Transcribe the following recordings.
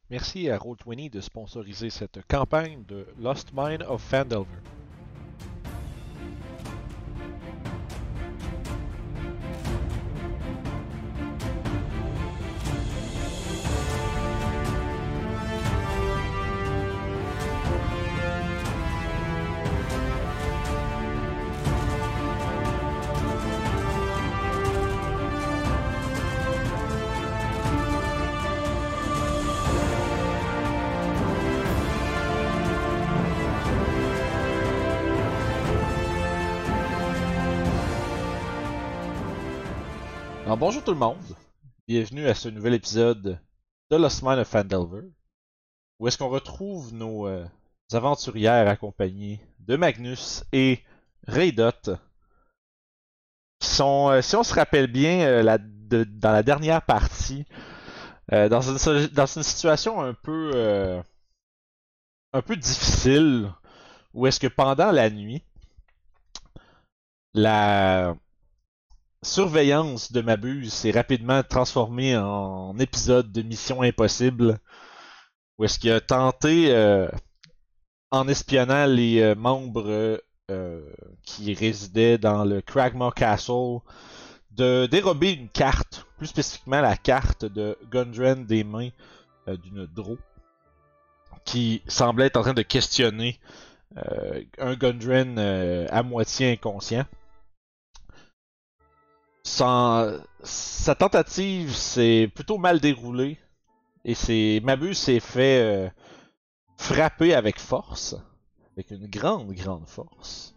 Merci à Roll20 de sponsoriser cette campagne de Lost Mine of Phandelver. Alors bonjour tout le monde, bienvenue à ce nouvel épisode de Lost Mine of Phandelver, où est-ce qu'on retrouve nos aventurières accompagnées de Magnus et Raydot, qui sont, si on se rappelle bien, dans la dernière partie, dans une situation un peu difficile, où est-ce que pendant la nuit, la surveillance de Mabuse s'est rapidement transformée en épisode de Mission Impossible, où est-ce qu'il a tenté, en espionnant les membres qui résidaient dans le Cragmaw Castle, de dérober une carte, plus spécifiquement la carte de Gundren des mains d'une Drow, qui semblait être en train de questionner un Gundren à moitié inconscient. Sa tentative s'est plutôt mal déroulée et Mabuse s'est fait frapper avec force, avec une grande force,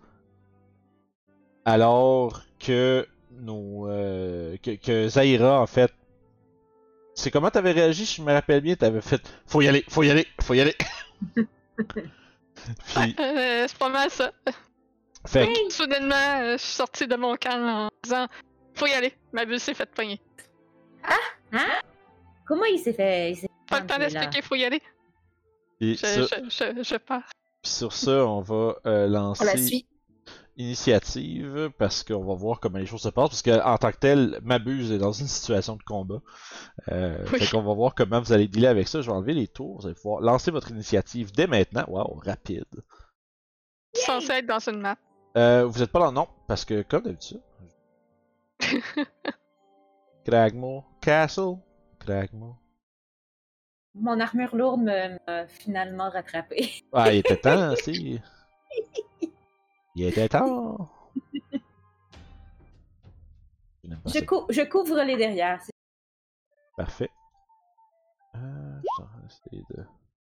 alors que que Zaira, en fait, c'est comment t'avais réagi, je me rappelle bien, t'avais fait faut y aller. Puis, C'est pas mal ça. fait que, Soudainement, je suis sorti de mon camp en disant faut y aller, ma bulle s'est faite pogner. Hein? Comment il s'est fait? Pas le temps enlevé, d'expliquer, faut y aller. puis Je pars. sur ça, on va On la lancer suit. initiative parce qu'on va voir comment les choses se passent. Parce qu'en tant que tel, Mabuse est dans une situation de combat. Oui. Fait qu'on va voir comment vous allez dealer avec ça. Je vais enlever les tours. Vous allez pouvoir lancer votre initiative dès maintenant. Wow, rapide. Censé être dans une map. Vous êtes pas dans le nom parce que, comme d'habitude, Cragmaw Castle. Cragmaw. Mon armure lourde m'a finalement rattrapé. Ah, il était temps, si. Il était temps. Je n'aime pas ça. Je couvre les derrière. Parfait. Je vais essayer de...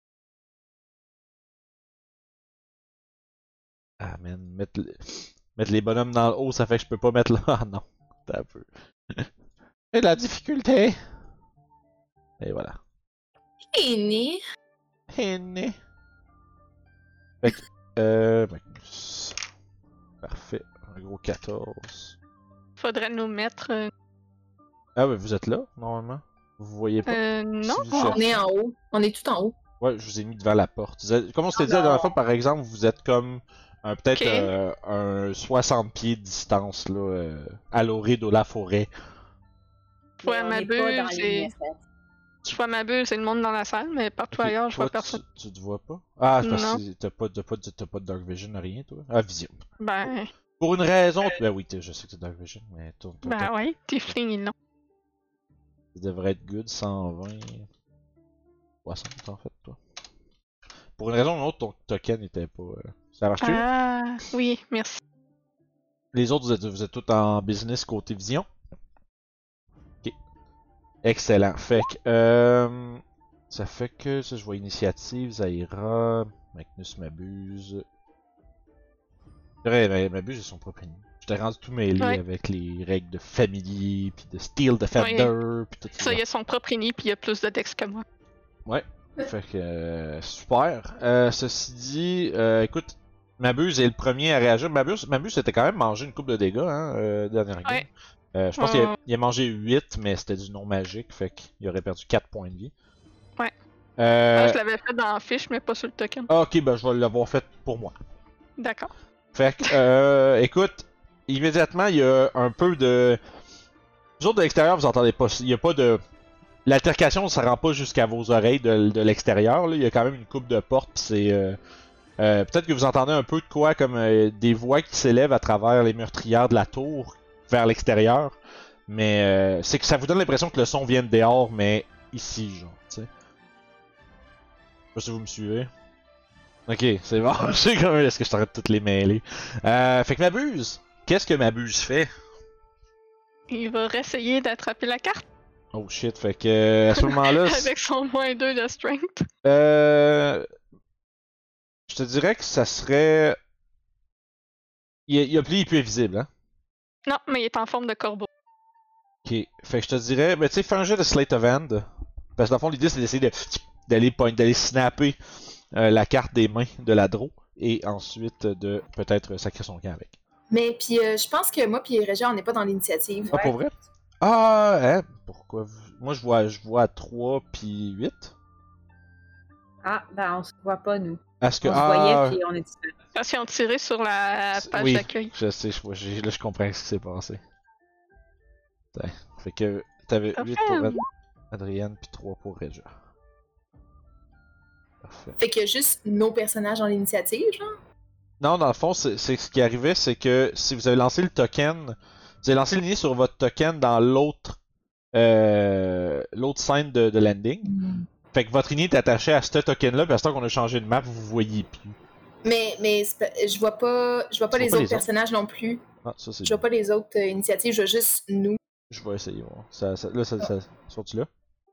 Ah, man, mettre les bonhommes dans le haut, ça fait que je peux pas mettre là. Ah non, t'as un peu. Et de la difficulté. Et voilà. Aîné. Henné. Fait que, Magnus. Parfait. Un gros 14. Faudrait nous mettre. Ah, ouais, vous êtes là, normalement? Vous voyez pas? Non. Si vous On cherchez. est en haut. On est tout en haut. Ouais, je vous ai mis devant la porte. Comme on s'était dit la dernière fois, par exemple, vous êtes comme peut-être Ok. un 60 pieds de distance là, à l'orée de la forêt. Je vois On ma est pas dans bulle, les c'est. Je vois ma bulle, c'est le monde dans la salle, mais partout Ok, ailleurs, je vois toi, personne. tu te vois pas? Ah, c'est parce Non. que t'as pas de Dark Vision, rien, toi? Ah, Vision. Ben. Pour une raison, ben oui, je sais que c'est Dark Vision, mais Ben ouais, Tiefling, ils l'ont. ça devrait être good, 120... 60 en fait, toi. Pour une raison ou une autre, ton token n'était pas... Ça marche-tu? Ah, oui, merci. Les autres, vous êtes tous en business côté Vision? Ok. Excellent. Fait que, ça fait que, ça je vois initiative, Zaira, Magnus m'abuse. Ouais, m'abuse, j'ai son propre ennemi. Je t'ai rendu tout mêlé Ouais. avec les règles de Family, puis de Steel Defender, puis tout Ça, il a son propre ini, puis il a plus de dex que moi. Ouais. Fait que, super. Ceci dit, écoute, Mabuse est le premier à réagir. Mabuse s'était quand même mangé une coupe de dégâts, hein, dernière game. Ouais. Je pense qu'il a mangé 8, mais c'était du non magique, fait qu'il aurait perdu 4 points de vie. Ouais. Euh, Je l'avais fait dans la fiche, mais pas sur le token. ok, ben je vais l'avoir fait pour moi. D'accord. Fait que, écoute, immédiatement, il y a un peu de... Vous autres de l'extérieur, vous entendez pas. Il y a pas de... l'altercation, ça rend pas jusqu'à vos oreilles de l'extérieur. Là. Il y a quand même une coupe de porte, pis c'est... peut-être que vous entendez un peu de quoi, comme des voix qui s'élèvent à travers les meurtrières de la tour vers l'extérieur. Mais c'est que ça vous donne l'impression que le son vient de dehors, mais ici, genre, tu sais. Je sais pas si vous me suivez. Ok, c'est bon. Je sais quand même, est-ce que je t'arrête de toutes les mêler. Fait que Mabuse, qu'est-ce que Mabuse fait? Il va réessayer d'attraper la carte Oh shit, fait que à ce moment-là... avec son -2 de strength. Je te dirais que ça serait... Il est plus invisible, hein? Non, mais il est en forme de corbeau. Ok, fait que je te dirais, ben tu sais, fais un jeu de Slate of Hand. Parce que dans le fond, l'idée c'est d'essayer d'aller snapper la carte des mains de la draw. Et ensuite de peut-être sacrer son camp avec. Mais puis je pense que moi puis Régia, on n'est pas dans l'initiative. Ah, pour vrai? Ah, hein? Pourquoi? Moi je vois 3 puis 8. Ah, ben on se voit pas, nous. Est-ce que... On se voyait, puis on est différents. Parce qu'ils ont tiré sur la page oui, d'accueil. je sais, là je comprends ce qui s'est passé. Tiens, fait que t'avais 8 pour Adrienne puis 3 pour Regia. Parfait. Fait que juste nos personnages dans l'initiative, genre? Non, dans le fond, c'est ce qui arrivait, c'est que si vous avez lancé le token, vous avez lancé le nid sur votre token dans l'autre scène de landing. Fait que votre nid est attaché à ce token-là, puis à ce temps qu'on a changé de map, vous voyez plus. Mais je vois pas les autres personnages non plus. Ah, ça c'est. Je vois pas les autres initiatives, je vois juste nous. Je vais essayer voir. Sont-tu là?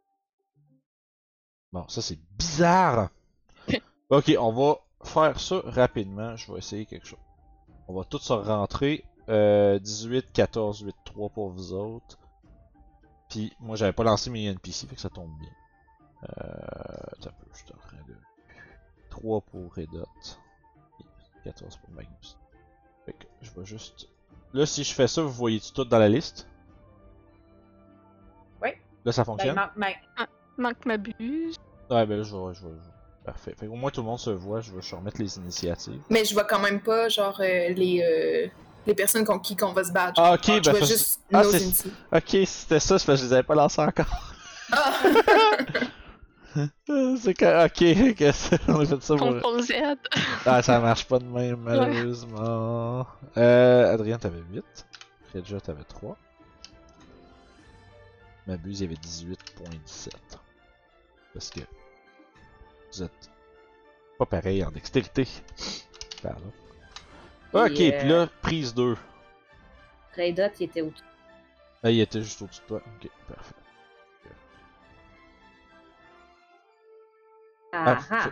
Bon, ça c'est bizarre! Ok, on va faire ça rapidement. Je vais essayer quelque chose. On va tous se rentrer. 18, 14, 8, 3 pour vous autres. Puis moi j'avais pas lancé mes NPC, fait que ça tombe bien. T'as peu, je suis en train de. 3 pour Redot. 14 pour Magnus. Fait que je vais juste. Là, si je fais ça, vous voyez tout dans la liste? Oui. Là, ça fonctionne? Manque Mabuse. Ouais, ben là, je vais. Parfait. Fait au moins tout le monde se voit, je vais remettre les initiatives. Mais je vois quand même pas, genre, les personnes contre qui qu'on va se battre. Ah, ok, je vois ben juste nos initiatives. Ok, c'était ça, c'est parce que je les avais pas lancés encore. Ah! C'est que. Ok, on a fait ça pour. Contrôle Z. Ah, ça marche pas de même, malheureusement. Adrien, t'avais 8. Redja, t'avais 3. Mabuse, il y avait 18.17. Parce que. Vous êtes pas pareil en dextérité. Pardon. Ok, puis là, prise 2. Raydot, il était au-dessus. Ah, il était juste au-dessus de toi. Ok, parfait. Ah ah!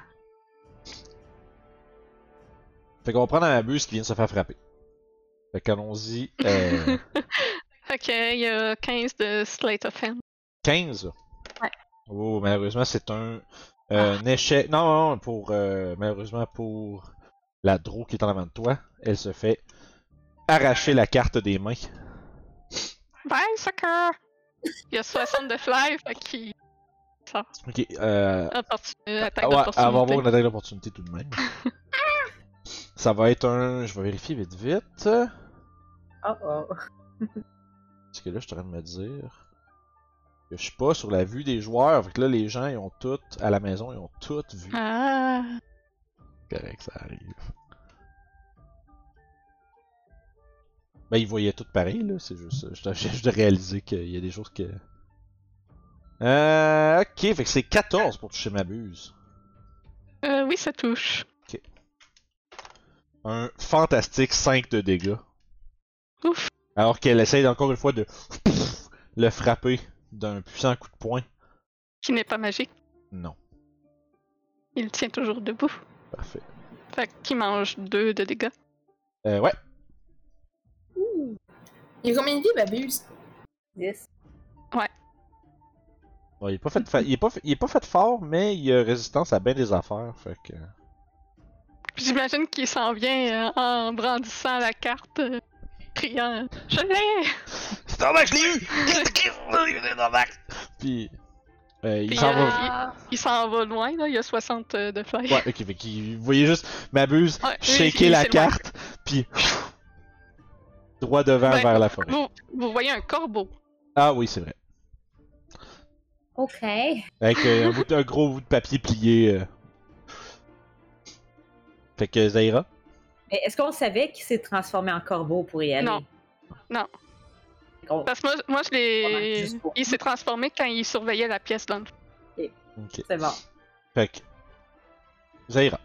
Fait qu'on va prendre un Mabuse qui vient de se faire frapper. Fait qu'allons-y. Ok, il y a 15 de Slate of Hand. 15? Ouais. Oh, malheureusement, c'est un échec. Non, malheureusement pour la draw qui est en avant de toi, elle se fait arracher la carte des mains. Bye, sucker! Il y a 60 de fly, fait qu'il sort. Ok, attaque ouais, d'opportunité. elle va avoir une attaque d'opportunité tout de même. Ça va être un. Je vais vérifier vite. Oh oh! Parce que là, je suis en train de me dire que je suis pas sur la vue des joueurs. Fait que là, les gens, ils ont tout, à la maison, ils ont tout vu. Ah! Correct, ça arrive. Ben, ils voyaient tout pareil, là. C'est juste ça. Je dois réaliser qu'il y a des choses que. Ok, fait que c'est 14 pour toucher Mabuse. Oui, ça touche. Ok. Un fantastique 5 de dégâts. Ouf! Alors qu'elle essaye encore une fois de le frapper d'un puissant coup de poing. Qui n'est pas magique. Non. Il tient toujours debout. Parfait. Fait qu'il mange 2 de dégâts. Ouais. Il y a combien de vie, Mabuse? 10. Bon, il est pas fait fort, mais il a résistance à bien des affaires, fait que. J'imagine qu'il s'en vient en brandissant la carte, criant « Je l'ai! » C'est normal, je l'ai eu! C'est normal! Puis. Puis, il s'en va loin, là, il y a 60 de fly. Ouais, ok, fait qu'il. Vous voyez juste Mabuse shaker la c'est carte, puis. Droit devant vers la forêt. Vous voyez un corbeau. Ah oui, c'est vrai. Ok. Avec un gros bout de papier plié. Fait que Zaira? Mais est-ce qu'on savait qu'il s'est transformé en corbeau pour y aller? Non. Non. On- Parce que moi je l'ai. Juste pour- Il s'est transformé quand il surveillait la pièce dans le fond. Ok. C'est bon. Fait que. Zaira.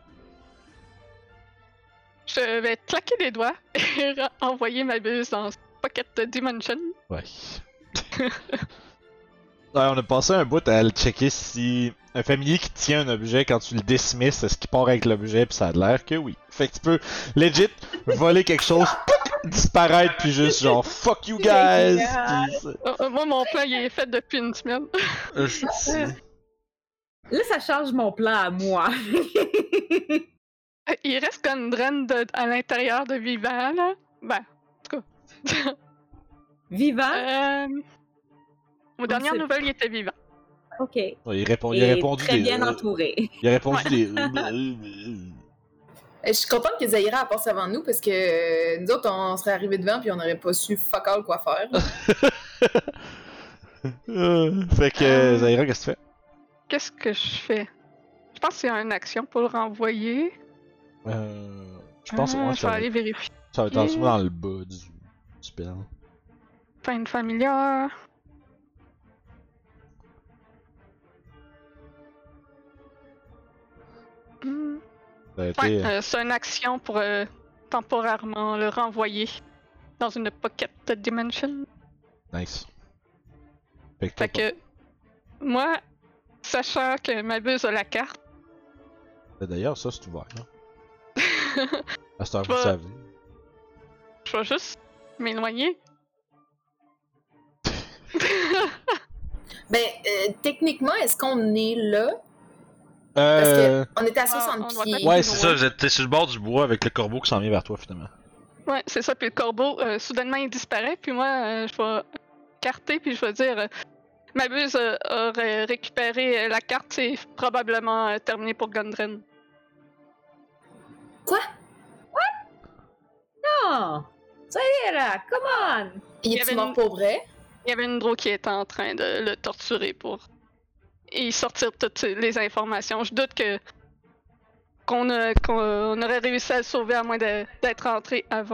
Je vais claquer les doigts et envoyer ma buse dans Pocket Dimension. Ouais. Ouais, on a passé un bout à le checker si un familier qui tient un objet, quand tu le dismisses, est-ce qu'il part avec l'objet, pis ça a l'air que oui. Fait que tu peux legit voler quelque chose, disparaître, puis juste genre fuck you guys! Pis Moi, mon plan, il est fait depuis une semaine. Là, ça change mon plan à moi. Il reste Gundren à l'intérieur de Vivant, là. Ben, en tout cas. Vivant? Aux dernières nouvelles, il était vivant. Ok. Ouais, il a répondu très des. bien entouré. Il a répondu Ouais. des. Je suis contente que Zaira a passé avant nous parce que nous autres, on serait arrivés devant puis on n'aurait pas su fuck all quoi faire. Fait que Zaira, qu'est-ce que tu fais? Qu'est-ce que je fais? Je pense qu'il y a une action pour le renvoyer. Je pense que Je vais aller vérifier. ça va être en dessous dans le bas du spell. Fin de familière. Ça a été. C'est une action pour temporairement le renvoyer dans une Pocket Dimension. Nice. Fait Fait que moi, sachant que ma buse a la carte, D'ailleurs, ça c'est ouvert. Hein. À cette heure, Je vous vais- savez. je vais juste m'éloigner. Ben, techniquement, est-ce qu'on est là? Parce qu'on était à 60 on doit pieds. être- Ouais, c'est ça, t'es sur le bord du bois avec le corbeau qui s'en vient vers toi finalement. Ouais, c'est ça. Puis le corbeau, soudainement, il disparaît. Puis moi, je vais carter, puis je vais dire ma buse aurait récupéré la carte. C'est probablement terminé pour Gundren. Quoi? Non! Ça y est là, come on! Il y est-tu avait mort une- pour vrai? Il y avait une drôle qui était en train de le torturer pour y sortir toutes les informations. Je doute que qu'on aurait réussi à le sauver à moins d'être rentré avant.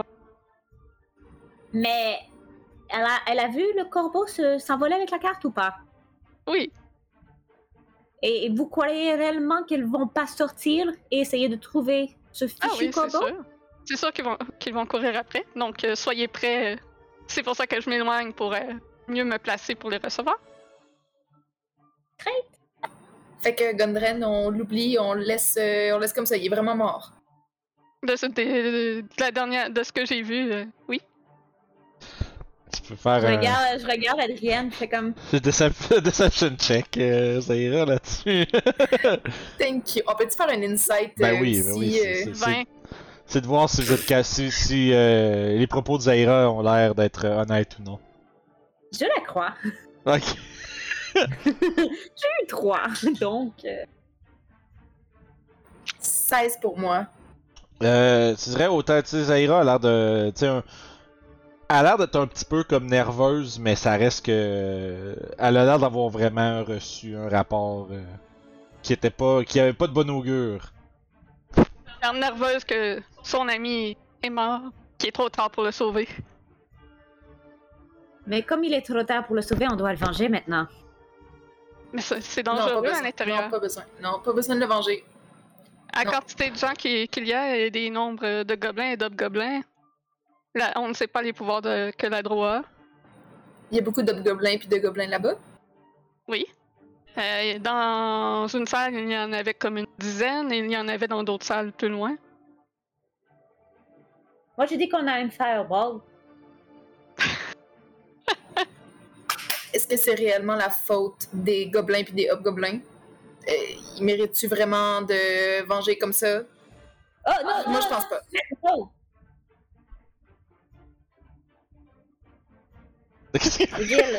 Mais elle a vu le corbeau s'envoler avec la carte ou pas? Oui, Et vous croyez réellement qu'ils vont pas sortir et essayer de trouver ce ah fichu oui, c'est corbeau? sûr. C'est sûr qu'ils vont courir après. Donc soyez prêts. C'est pour ça que je m'éloigne pour mieux me placer pour les recevoir. Fait que Gundren, on l'oublie, on le laisse comme ça, il est vraiment mort. De ce que j'ai vu, oui. Tu peux faire Je regarde Adrienne, je fais comme... un deception check, ça ira là-dessus. Thank you. On peut-tu faire un insight Ben oui, ben si, oui, c'est- 20. C'est de voir si vous êtes si les propos de Zaira ont l'air d'être honnêtes ou non. Je la crois. Ok. J'ai eu 3, donc... 16 pour moi. Tu dirais autant, tu sais, Zaira a l'air de. Tu sais, elle a l'air d'être un petit peu comme nerveuse, mais ça reste que. Elle a l'air d'avoir vraiment reçu un rapport qui avait pas de bon augure. Elle est nerveuse que son ami est mort, qu'il est trop tard pour le sauver. Mais comme il est trop tard pour le sauver, on doit le venger maintenant. Mais c'est Non, dangereux pas à besoin. l'intérieur. Non, pas besoin. Non, pas besoin de le venger. À la Non. quantité de gens qu'il y a et des nombres de gobelins et d'hobgoblins, on ne sait pas les pouvoirs que la droit a. Il y a beaucoup d'hobgoblins puis de gobelins là-bas. Oui. Dans une salle, il y en avait comme une dizaine et il y en avait dans d'autres salles plus loin. Moi, j'ai dit qu'on a une fireball. Est-ce que c'est réellement la faute des gobelins puis des hobgoblins? Mérites-tu vraiment de venger comme ça? Oh non! Moi, je pense pas. Oh, Qu'est-ce que. Gilles,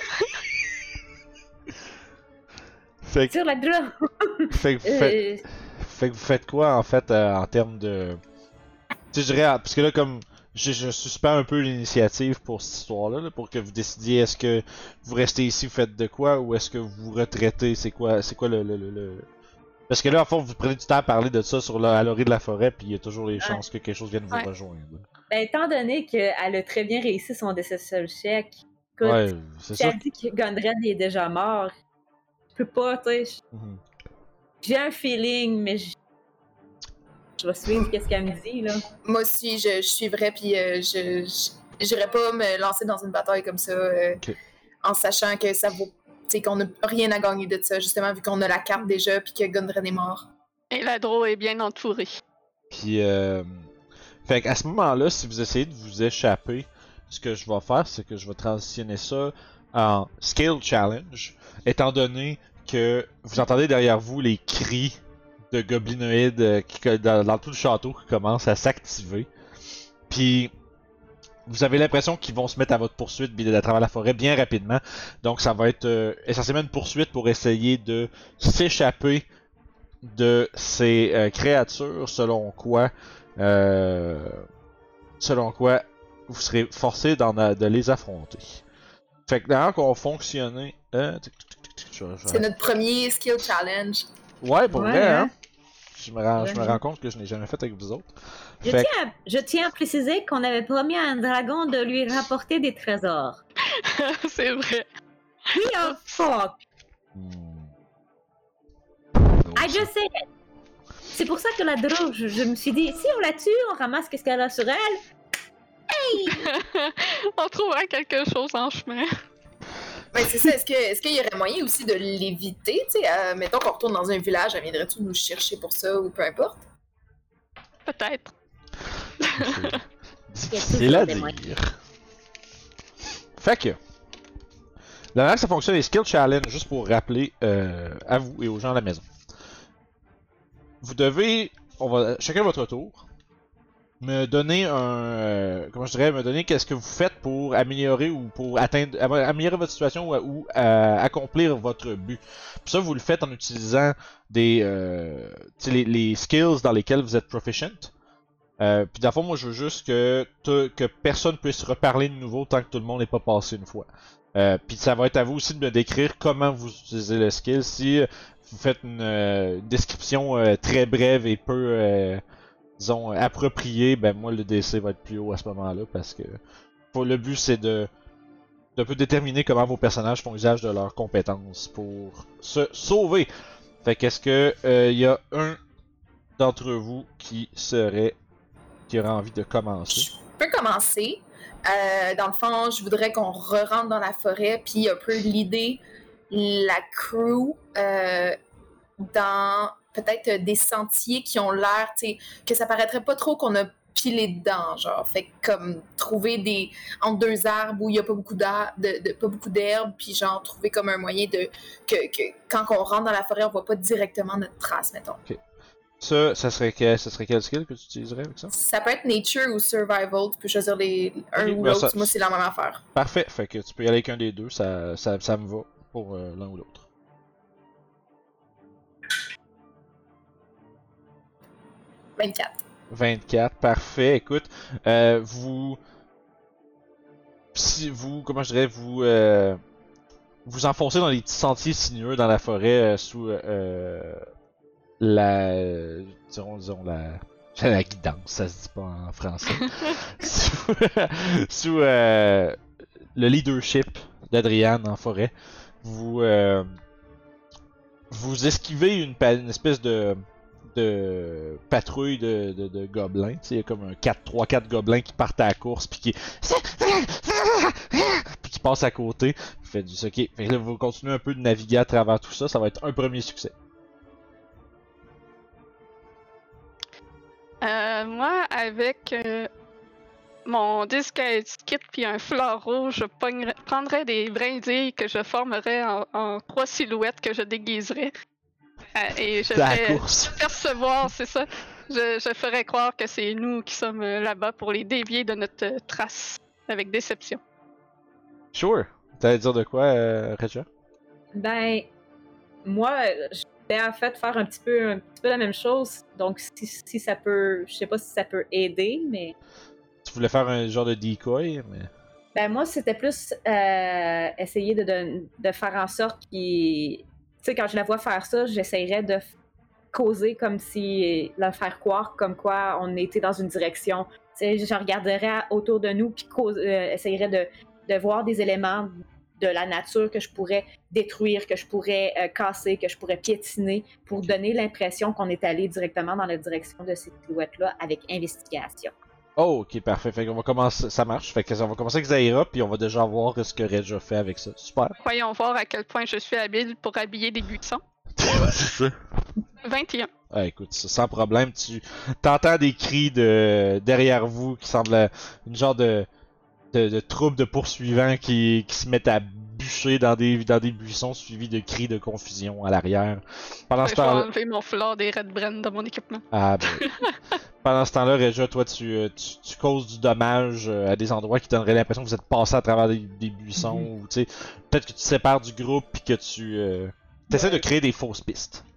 Fait que, sur la drum! fait que vous faites quoi en fait en termes de. Tu sais, je dirais, parce que là, comme je suspends un peu l'initiative pour cette histoire-là, là, pour que vous décidiez est-ce que vous restez ici, vous faites de quoi, ou est-ce que vous vous retraitez, c'est quoi le... Parce que là, en fait, vous prenez du temps à parler de ça à l'orée de la forêt, puis il y a toujours les chances que quelque chose vienne vous Ouais. rejoindre. Ben, étant donné qu'elle a très bien réussi son décession check, écoute, Ouais, c'est si ça. elle dit que Gondred est déjà mort, je peux pas, tu sais. Mhm. J'ai un feeling, mais je vais suivre qu'est-ce qu'elle me dit, là. Moi aussi, je suivrais, puis j'irais pas me lancer dans une bataille comme ça Ok. en sachant que ça vaut. Tu sais, qu'on n'a rien à gagner de ça, justement, vu qu'on a la carte déjà, puis que Gundren est mort. Et la Dro est bien entourée. Puis, fait qu'à ce moment-là, si vous essayez de vous échapper, ce que je vais faire, c'est que je vais transitionner ça en Scale Challenge, étant donné que vous entendez derrière vous les cris de goblinoïdes dans tout le château qui commencent à s'activer. Puis, vous avez l'impression qu'ils vont se mettre à votre poursuite à travers la forêt bien rapidement. Donc, ça va être essentiellement une poursuite pour essayer de s'échapper de ces créatures, selon quoi vous serez forcé de les affronter. Fait que d'ailleurs qu'on va fonctionner. C'est notre premier skill challenge. Ouais, pour Ouais, vrai, hein? hein? Je me rends compte que je n'ai jamais fait avec vous autres. Fait Je tiens à préciser qu'on avait promis à un dragon de lui rapporter des trésors. C'est vrai. We are fuck! I just said it. C'est pour ça que la Dro, je me suis dit, si on la tue, on ramasse qu'est-ce qu'elle a sur elle. On trouvera quelque chose en chemin. Ben, c'est ça. Est-ce qu'il y aurait moyen aussi de l'éviter? Tu sais, mettons qu'on retourne dans un village, elle viendrait-tu nous chercher pour ça ou peu importe? Peut-être. Difficile à dire. Fait que. La manière que ça fonctionne, les skill challenge, juste pour rappeler à vous et aux gens à la maison. Vous devez, chacun votre tour, me donner comment je dirais, me donner qu'est-ce que vous faites pour améliorer ou pour améliorer votre situation ou accomplir votre but. Puis ça, vous le faites en utilisant les skills dans lesquels vous êtes proficient. Puis dans le fond, moi, je veux juste que personne puisse reparler de nouveau tant que tout le monde n'est pas passé une fois. Puis ça va être à vous aussi de me décrire comment vous utilisez le skill. Si vous faites une description très brève et peu, disons, appropriée, ben moi le DC va être plus haut à ce moment-là parce que le but c'est de peu déterminer comment vos personnages font usage de leurs compétences pour se sauver. Fait qu'est-ce que y a un d'entre vous qui aurait envie de commencer? Je peux commencer. Dans le fond, je voudrais qu'on re-rentre dans la forêt, puis un peu l'idée, la crew, dans peut-être des sentiers qui ont l'air, tu sais, que ça paraîtrait pas trop qu'on a pilé dedans, genre. Fait que comme trouver entre deux arbres où il y a pas beaucoup pas beaucoup d'herbe, puis genre trouver comme un moyen de que quand on rentre dans la forêt, on voit pas directement notre trace, mettons. Ok. Ça serait quel skill que tu utiliserais avec ça? Ça peut être nature ou survival, tu peux choisir un ou ben l'autre. ça- Moi, c'est la même affaire. Parfait, fait que tu peux y aller avec un des deux, ça me va pour l'un ou l'autre. 24. 24, parfait. Écoute, comment je dirais, vous enfoncez dans les petits sentiers sinueux dans la forêt sous disons la guidance, ça se dit pas en français. sous le leadership d'Adriane en forêt, vous esquivez une espèce de patrouille de gobelins. Il y a comme 3-4 gobelins qui partent à la course puis qui passent à côté. Fait du ok. Fait que là, vous continuez un peu de naviguer à travers tout ça. Ça va être un premier succès. Moi, avec mon disque à étiquette puis un foulard rouge, je prendrais des brindilles que je formerais en 3 silhouettes que je déguiserais. Et je ferais percevoir, c'est ça. Je ferais croire que c'est nous qui sommes là-bas pour les dévier de notre trace avec déception. Sure. T'allais dire de quoi, Regia? Ben, moi, je vais en fait faire un petit peu la même chose. Donc, si ça peut, je sais pas si ça peut aider, mais... voulais faire un genre de decoy, mais... Ben moi, c'était plus essayer de faire en sorte qu'il... Tu sais, quand je la vois faire ça, j'essayerais de causer comme si... leur faire croire comme quoi on était dans une direction. Tu sais, je regarderais autour de nous puis essayerais de voir des éléments de la nature que je pourrais détruire, que je pourrais casser, que je pourrais piétiner pour donner l'impression qu'on est allé directement dans la direction de ces silhouettes-là avec investigation. Oh, ok, parfait. Fait qu'on va commencer... Ça marche. Fait qu'on va commencer avec Zaira, puis on va déjà voir ce que Regia fait avec ça. Super. Voyons voir à quel point je suis habile pour habiller des buissons. C'est ça. 21. Ah, écoute, sans problème, tu t'entends des cris de derrière vous qui semblent une genre de troupe de poursuivants qui se mettent à bûcher dans des buissons suivis de cris de confusion à l'arrière. Pendant ce Je vais temps-là... enlever mon fleur des Red Brand de mon équipement. Ah ben... Pendant ce temps-là, Regia, toi, tu causes du dommage à des endroits qui donneraient l'impression que vous êtes passé à travers des buissons, ou tu sais, peut-être que tu te sépares du groupe puis que tu essaies de créer des fausses pistes.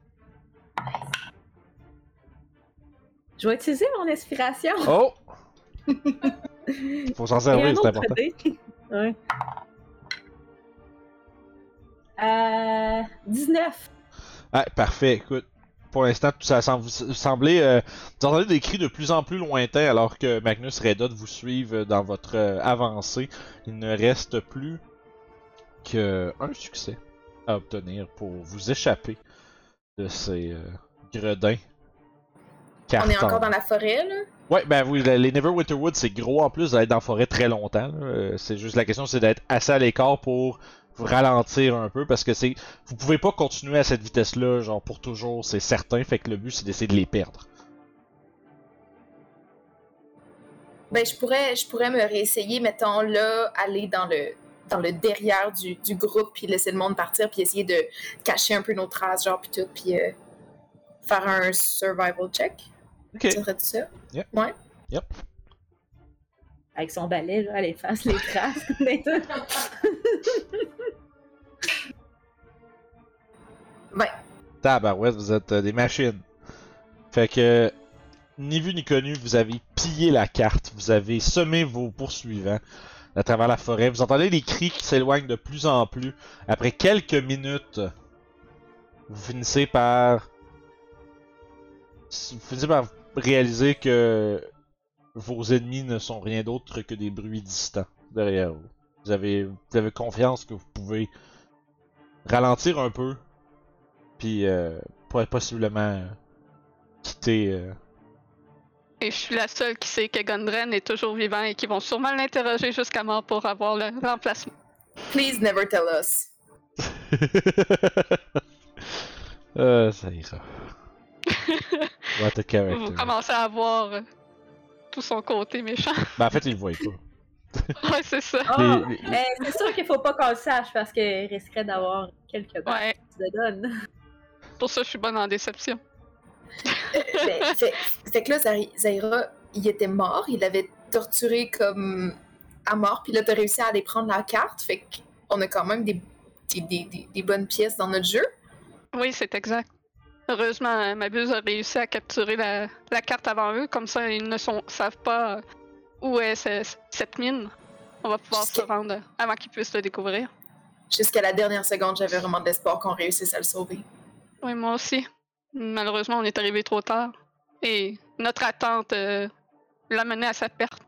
Je vais utiliser mon inspiration. Oh! Faut s'en Et servir, un c'est autre important. dé. Ouais. 19. Ah, parfait, écoute. Pour l'instant, tout ça semble vous sembler... vous entendez des cris de plus en plus lointains alors que Magnus et Redot vous suivent dans votre avancée. Il ne reste plus qu'un succès à obtenir pour vous échapper de ces gredins. On est Cartons. encore dans la forêt, là. Ouais, ben oui, les Neverwinter Woods, c'est gros en plus d'être dans la forêt très longtemps. C'est juste la question, c'est d'être assez à l'écart pour vous ralentir un peu parce que vous pouvez pas continuer à cette vitesse-là, genre pour toujours, c'est certain. Fait que le but, c'est d'essayer de les perdre. Ben, je pourrais me réessayer, mettons, là, aller dans le derrière du groupe, puis laisser le monde partir, puis essayer de cacher un peu nos traces, genre, puis tout, puis faire un survival check. Ok. Ça serait tout ça? Yep. Ouais. Yep. Avec son balai, là, elle efface les traces. Ouais. Tabarouette, vous êtes des machines. Fait que, ni vu ni connu, vous avez pillé la carte, vous avez semé vos poursuivants à travers la forêt. Vous entendez les cris qui s'éloignent de plus en plus. Après quelques minutes, vous finissez par réaliser que vos ennemis ne sont rien d'autre que des bruits distants derrière vous. Vous avez confiance que vous pouvez ralentir un peu, puis possiblement quitter. Et je suis la seule qui sait que Gundren est toujours vivant et qui vont sûrement l'interroger jusqu'à mort pour avoir le remplacement. Please never tell us. Ça ira. What a character. Vous commencez à voir tout son côté méchant. Ben, en fait, il le voit pas. Ouais, c'est ça. Oh, c'est sûr qu'il faut pas qu'on le sache parce qu'il risquerait d'avoir quelques balles Ouais, de donne. pour ça je suis bonne en déception. Fait que là, Zaira, il était mort, il l'avait torturé comme à mort, puis là, t'as réussi à aller prendre la carte, fait qu'on a quand même des bonnes pièces dans notre jeu. Oui, c'est exact. Heureusement, Mabuse a réussi à capturer la carte avant eux, comme ça ils ne savent pas où est cette mine. On va pouvoir se rendre avant qu'ils puissent le découvrir. Jusqu'à la dernière seconde, j'avais vraiment de l'espoir qu'on réussisse à le sauver. Oui, moi aussi. Malheureusement, on est arrivé trop tard. Et notre attente l'a mené à sa perte.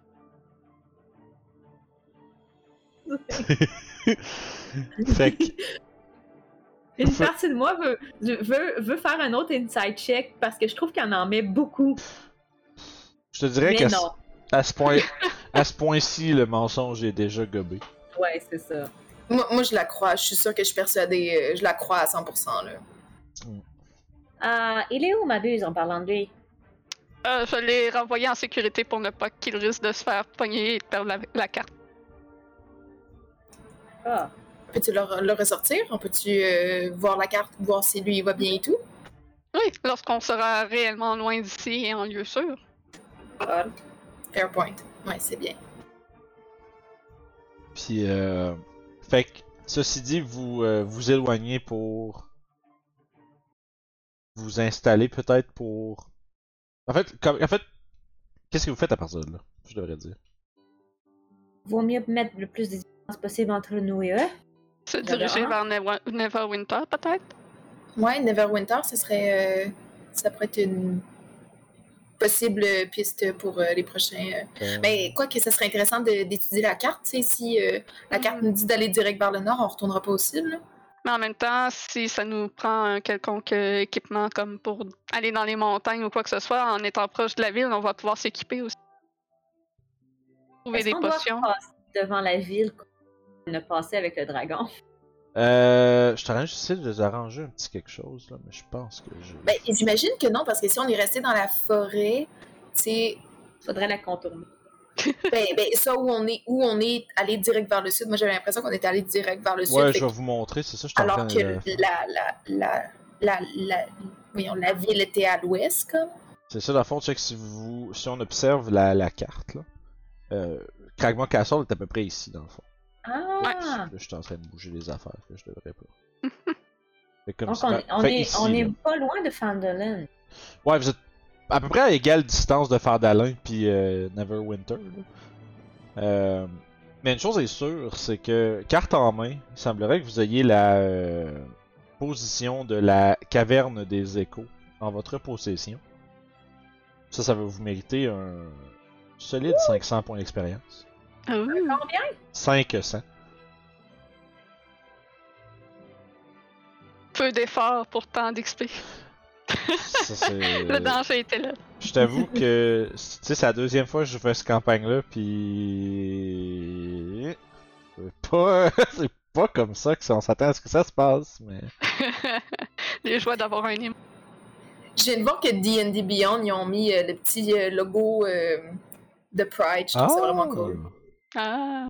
Fait que, Une partie de moi veut faire un autre inside check parce que je trouve qu'il en met beaucoup. je te dirais Mais non. à ce point-ci, le mensonge est déjà gobé. Ouais, c'est ça. Moi, je la crois. Je suis sûre que je suis persuadée. Je la crois à 100%. Là. Il est où Mabuse en parlant de lui? Je l'ai renvoyé en sécurité pour ne pas qu'il risque de se faire pogner et de perdre la carte. Ah. Peux-tu le ressortir? On peut-tu voir la carte, voir si lui il va bien et tout? Oui, lorsqu'on sera réellement loin d'ici et en lieu sûr. Fair point. Ouais, c'est bien. Puis, fait que, ceci dit, vous vous éloignez pour vous installer peut-être pour... En fait, qu'est-ce que vous faites à partir de là? Je devrais dire. vaut mieux mettre le plus de distance possible entre nous et eux. Se diriger vers Neverwinter, peut-être? Ouais, Neverwinter, ça pourrait être une possible piste pour les prochains. Mais quoi que ça serait intéressant d'étudier la carte. Si la carte nous dit d'aller direct vers le nord, on retournera pas au cible. Mais en même temps, si ça nous prend un quelconque équipement comme pour aller dans les montagnes ou quoi que ce soit, en étant proche de la ville, on va pouvoir s'équiper aussi. Trouver des potions. Doit passer devant la ville qu'on a passé avec le dragon. Je suis en train d'essayer de les arranger un petit quelque chose, là, mais je pense que je... Ben, j'imagine que non, parce que si on est resté dans la forêt, c'est... Faudrait la contourner. ben, ça où on est allé direct vers le sud, moi j'avais l'impression qu'on était allé direct vers le sud. Ouais, je vais vous montrer, c'est ça, je suis en train alors de... que la ville était à l'ouest, comme. C'est ça, dans le fond, check, si on observe la carte, là, Cragmaw Castle est à peu près ici, dans le fond. Ah! Là, je suis en train de bouger les affaires que je devrais pas. Fait comme Donc ça, on fait est, ici, on là. est pas loin de Phandalin. Ouais, vous êtes à peu près à égale distance de Phandalin puis Neverwinter. Là. Mais une chose est sûre, c'est que, carte en main, il semblerait que vous ayez la position de la caverne des échos en votre possession. Ça va vous mériter un solide 500 points d'expérience. Combien? 500. Peu d'efforts pour tant d'XP. Ça, c'est... Le danger était là. Je t'avoue que, tu sais, c'est la deuxième fois que je fais cette campagne-là, puis c'est pas comme ça qu'on s'attend à ce que ça se passe, mais... Les joies d'avoir un hymne. Je viens de voir que D&D Beyond, ils ont mis le petit logo de Pride. Je trouve ça vraiment cool. Ah.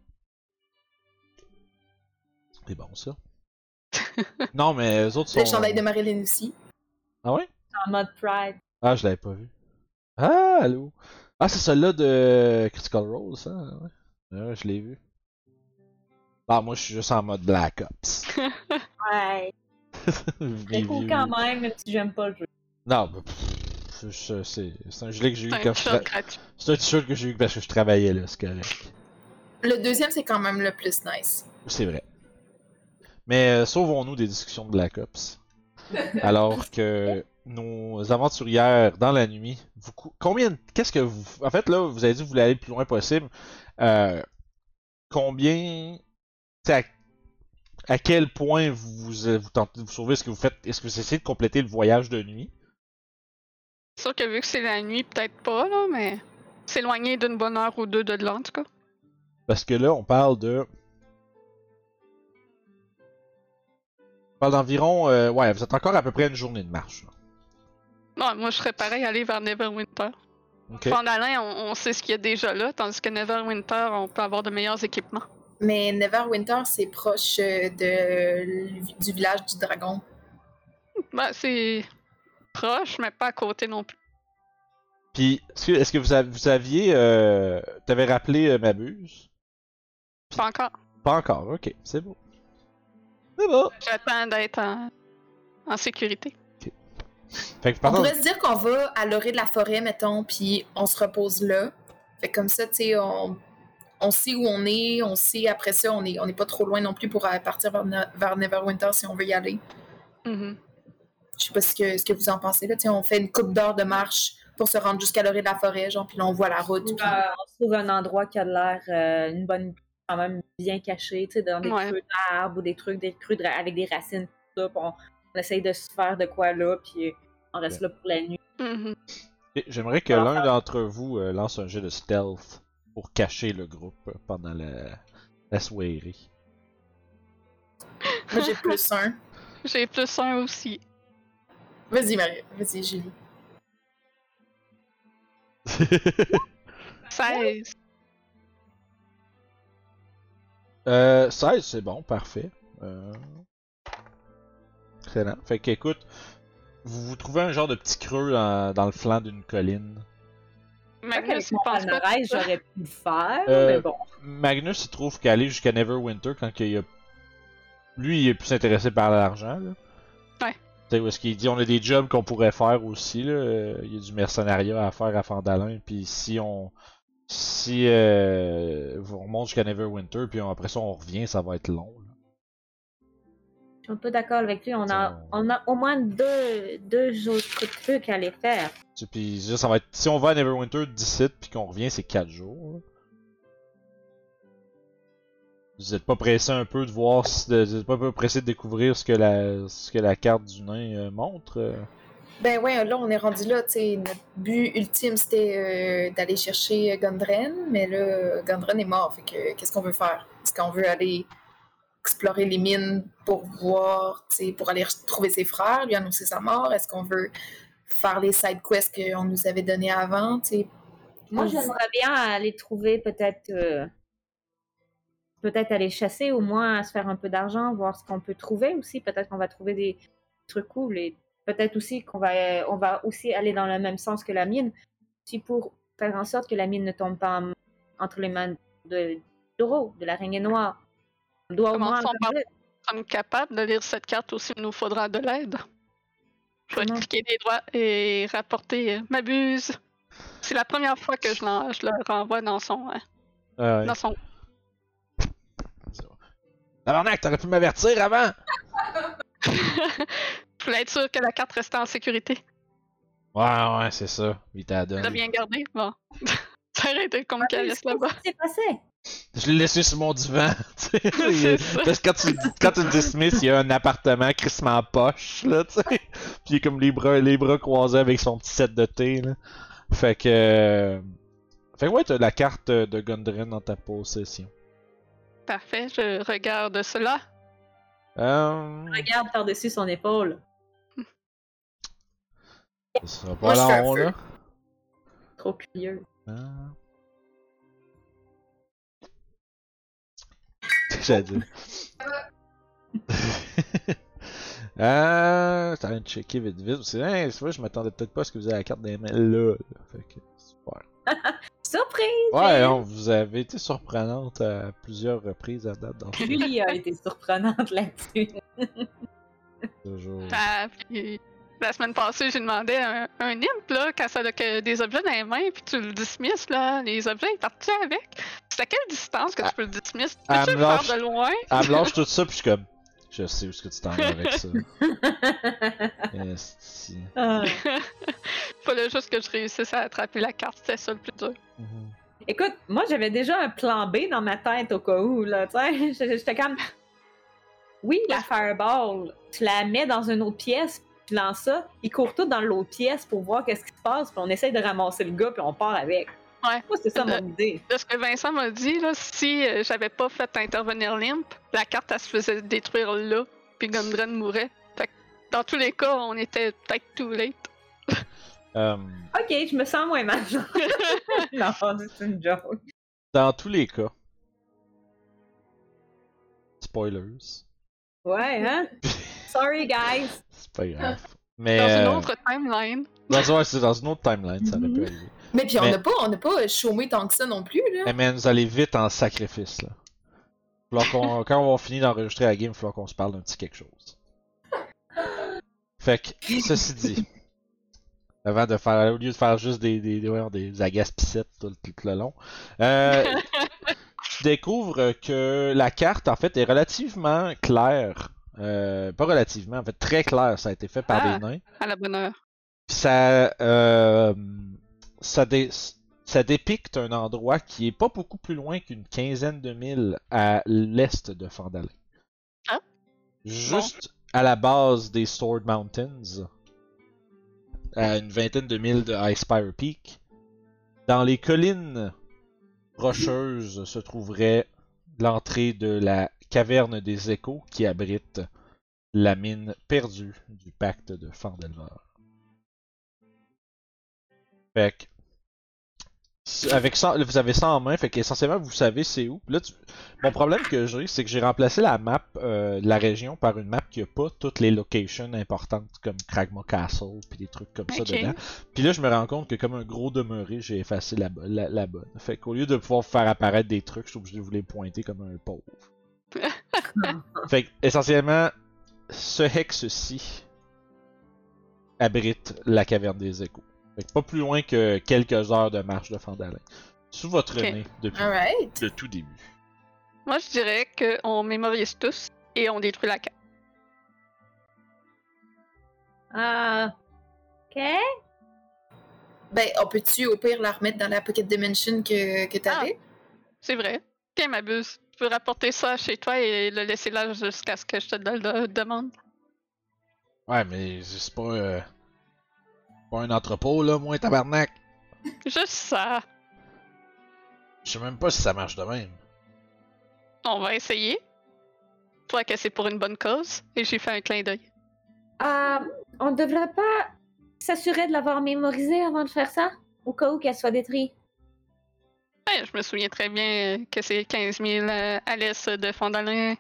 C'est bon, ça. Non, mais les autres sont... Le chandail de Marilyn aussi. Ah ouais? En mode Pride. Ah, je l'avais pas vu. Ah, allô? Ah, c'est celui-là de Critical Role, ça? Ouais, je l'ai vu. Ah, moi, je suis juste en mode Black Ops. Ouais. C'est cool quand même si j'aime pas le jeu. Non, bah, c'est un gilet que j'ai eu quand c'est un t-shirt que j'ai eu parce que je travaillais là, c'est correct. Le deuxième, c'est quand même le plus nice. C'est vrai. Mais sauvons-nous des discussions de Black Ops. Alors que nos aventurières dans la nuit, qu'est-ce que vous... En fait, là, vous avez dit que vous voulez aller le plus loin possible. Combien... À quel point vous tentez de vous sauver? Est-ce que vous faites... Est-ce que vous essayez de compléter le voyage de nuit? C'est sûr que vu que c'est la nuit, peut-être pas, là, mais s'éloigner d'une bonne heure ou deux de là, en tout cas. Parce que là, on parle d'environ... ouais, vous êtes encore à peu près une journée de marche. Ouais, moi, je serais pareil aller vers Neverwinter. Okay. Phandalin, on sait ce qu'il y a déjà là, tandis que Neverwinter, on peut avoir de meilleurs équipements. Mais Neverwinter, c'est proche du village du dragon. Ben, c'est proche, mais pas à côté non plus. Puis, est-ce que vous aviez... T'avais rappelé Mabuse? Pas encore. Pas encore, ok, c'est beau. C'est beau! J'attends d'être en sécurité. Okay. Fait que, on pourrait se dire qu'on va à l'orée de la forêt, mettons, puis on se repose là. Fait que comme ça, tu sais, on sait où on est, on sait après ça, on est pas trop loin non plus pour partir vers Neverwinter si on veut y aller. Mm-hmm. Je sais pas ce que vous en pensez là. On fait une couple d'heures de marche pour se rendre jusqu'à l'orée de la forêt, genre, puis là on voit la route. On se trouve un endroit qui a l'air une bonne, quand même bien caché, tu sais, dans des creux d'arbres ou des creux avec des racines, tout ça. On essaye de se faire de quoi là, puis on reste là pour la nuit. Mm-hmm. J'aimerais que l'un d'entre vous lance un jet de stealth pour cacher le groupe pendant la soirée. Moi j'ai plus 1. J'ai plus 1 aussi. Vas-y Marie, vas-y Julie. 16. 16, c'est bon, parfait. Excellent. Fait qu'écoute, vous trouvez un genre de petit creux dans le flanc d'une colline. Magnus, mon palmarès, j'aurais pu le faire, mais bon. Magnus, il trouve qu'aller jusqu'à Neverwinter, quand lui, il est plus intéressé par l'argent, là. Ouais. Tu sais, où est-ce qu'il dit, on a des jobs qu'on pourrait faire aussi, là. Il y a du mercenariat à faire à Phandalin, puis si on Si on remonte jusqu'à Neverwinter, puis après ça on revient, ça va être long. Là. Je suis un peu d'accord avec lui. On a au moins deux autres trucs à aller faire. Puis ça va être. Si on va à Neverwinter d'ici, puis qu'on revient, c'est 4 jours. Là. Vous êtes pas pressé un peu de voir, vous êtes pas un peu pressé de découvrir ce que la carte du nain montre? Ben ouais, là, on est rendu là, tu sais, notre but ultime, c'était d'aller chercher Gundren, mais là, Gundren est mort, fait que qu'est-ce qu'on veut faire? Est-ce qu'on veut aller explorer les mines pour voir, tu sais, pour aller trouver ses frères, lui annoncer sa mort? Est-ce qu'on veut faire les side quests qu'on nous avait donnés avant, tu sais? Moi, j'aimerais bien aller trouver peut-être aller chasser, au moins se faire un peu d'argent, voir ce qu'on peut trouver aussi. Peut-être qu'on va trouver des trucs cool et peut-être aussi on va aussi aller dans le même sens que la mine, aussi pour faire en sorte que la mine ne tombe pas entre les mains de l'araignée noire. On doit au moins sommes capables de lire cette carte aussi, il nous faudra de l'aide. Je vais cliquer des doigts et rapporter M'abuse. C'est la première fois que je le renvoie dans son... Ouais. Dans son... Tabarnak, t'aurais pu m'avertir avant! Je voulais être sûr que la carte restait en sécurité. Ouais, c'est ça. Il t'a donné. Tu l'as bien gardé? Bon. Ça aurait été comme qu'elle reste là-bas. Qu'est-ce qui s'est passé? Je l'ai laissé sur mon divan. C'est ça. Parce que quand tu le dismisses, il y a un appartement crissement en poche, là, tu sais. Puis il est comme les bras croisés avec son petit set de thé, là. Fait que ouais, t'as la carte de Gundren dans ta possession. Parfait, je regarde cela. Regarde par-dessus son épaule. Ça sera pas long, là. Trop curieux. J'allais dire. T'as rien de checker vite. C'est vrai, je m'attendais peut-être pas à ce que vous ayez la carte des mains là. Fait que, super. Surprise! Ouais, non, vous avez été surprenante à plusieurs reprises à date dans ce jeu. Julie a été surprenante là-dessus. Toujours. Puis, la semaine passée, j'ai demandé un imp, là, quand ça a des objets dans les mains, puis tu le dismisses, là, les objets, ils partent avec? C'est à quelle distance que tu peux le dismisser? Peux-tu le faire de loin? Elle me lâche tout ça, puis je suis comme... Je sais où est-ce que tu t'en vas avec ça. Esti. Fallait juste que je réussisse à attraper la carte, c'était ça le plus dur. Écoute, moi j'avais déjà un plan B dans ma tête au cas où, là, tu sais. J'étais comme... Oui, la fireball, tu la mets dans une autre pièce, tu lances ça, ils courent tous dans l'autre pièce pour voir qu'est-ce qui se passe, puis on essaye de ramasser le gars, puis on part avec. Ouais. Moi, c'est ça mon idée. De ce que Vincent m'a dit, là, si j'avais pas fait intervenir l'imp, la carte, elle se faisait détruire là, puis Gundren mourait. Fait que, dans tous les cas, on était peut-être too late. Ok, je me sens moins mal. Non, c'est une joke. Dans tous les cas. Spoilers. Ouais, hein? Sorry, guys. C'est pas grave. Mais, dans une autre timeline. C'est dans une autre timeline, ça aurait pu arriver. Mais puis on n'a pas chômé tant que ça non plus, là. Mais man, vous allez vite en sacrifice, là. Quand on va finir d'enregistrer la game, il va falloir qu'on se parle d'un petit quelque chose. Fait que, ceci dit, avant de faire, au lieu de faire juste des agaces-pissettes tout le long, tu découvres que la carte, en fait, est relativement claire. Pas relativement, en fait, très claire. Ça a été fait par des nains. À la bonne heure. Puis ça dépicte un endroit qui est pas beaucoup plus loin qu'une quinzaine de milles à l'est de Phandalin. Ah. Juste à la base des Sword Mountains, à une vingtaine de milles de Icespire Peak. Dans les collines rocheuses se trouverait l'entrée de la caverne des échos qui abrite la mine perdue du pacte de Phandelver. Fait que, avec ça, vous avez ça en main, fait qu'essentiellement vous savez c'est où. Là, mon problème que j'ai, c'est que j'ai remplacé la map de la région par une map qui a pas toutes les locations importantes comme Kragma Castle puis des trucs comme ça dedans. Puis là, je me rends compte que comme un gros demeuré, j'ai effacé la bonne. Fait qu'au lieu de pouvoir faire apparaître des trucs, je suis obligé de vous les pointer comme un pauvre. Fait essentiellement, ce hex-ci abrite la caverne des échos. Fait que pas plus loin que quelques heures de marche de Phandalin. sous votre Ok. nez depuis Alright. le tout début. Moi, je dirais qu'on mémorise tous et on détruit la carte. Ah. OK. Ben, on peut-tu au pire la remettre dans la Pocket Dimension que t'avais? C'est vrai. Tiens, m'abuse. Tu peux rapporter ça chez toi et le laisser là jusqu'à ce que je te le demande. Ouais, mais c'est pas un entrepôt, là, moi, tabarnak. Juste ça. Je sais même pas si ça marche de même. On va essayer. Toi que c'est pour une bonne cause. Et j'ai fait un clin d'œil. On devrait pas s'assurer de l'avoir mémorisé avant de faire ça? Au cas où qu'elle soit détruite. Ouais, je me souviens très bien que c'est 15 000 Alice de Fondalin.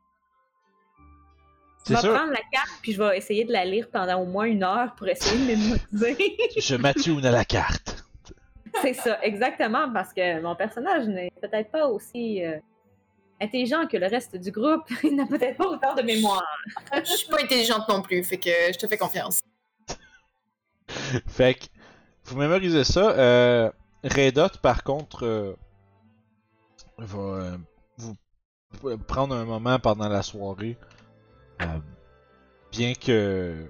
Je C'est vais sûr. prendre la carte puis je vais essayer de la lire pendant au moins 1 heure pour essayer de mémoriser. Je matune à la carte. C'est ça, exactement, parce que mon personnage n'est peut-être pas aussi intelligent que le reste du groupe. Il n'a peut-être pas autant de mémoire. Je suis pas intelligente non plus, fait que je te fais confiance. Fait que, vous mémorisez ça. Redot, par contre, va vous prendre un moment pendant la soirée. Bien que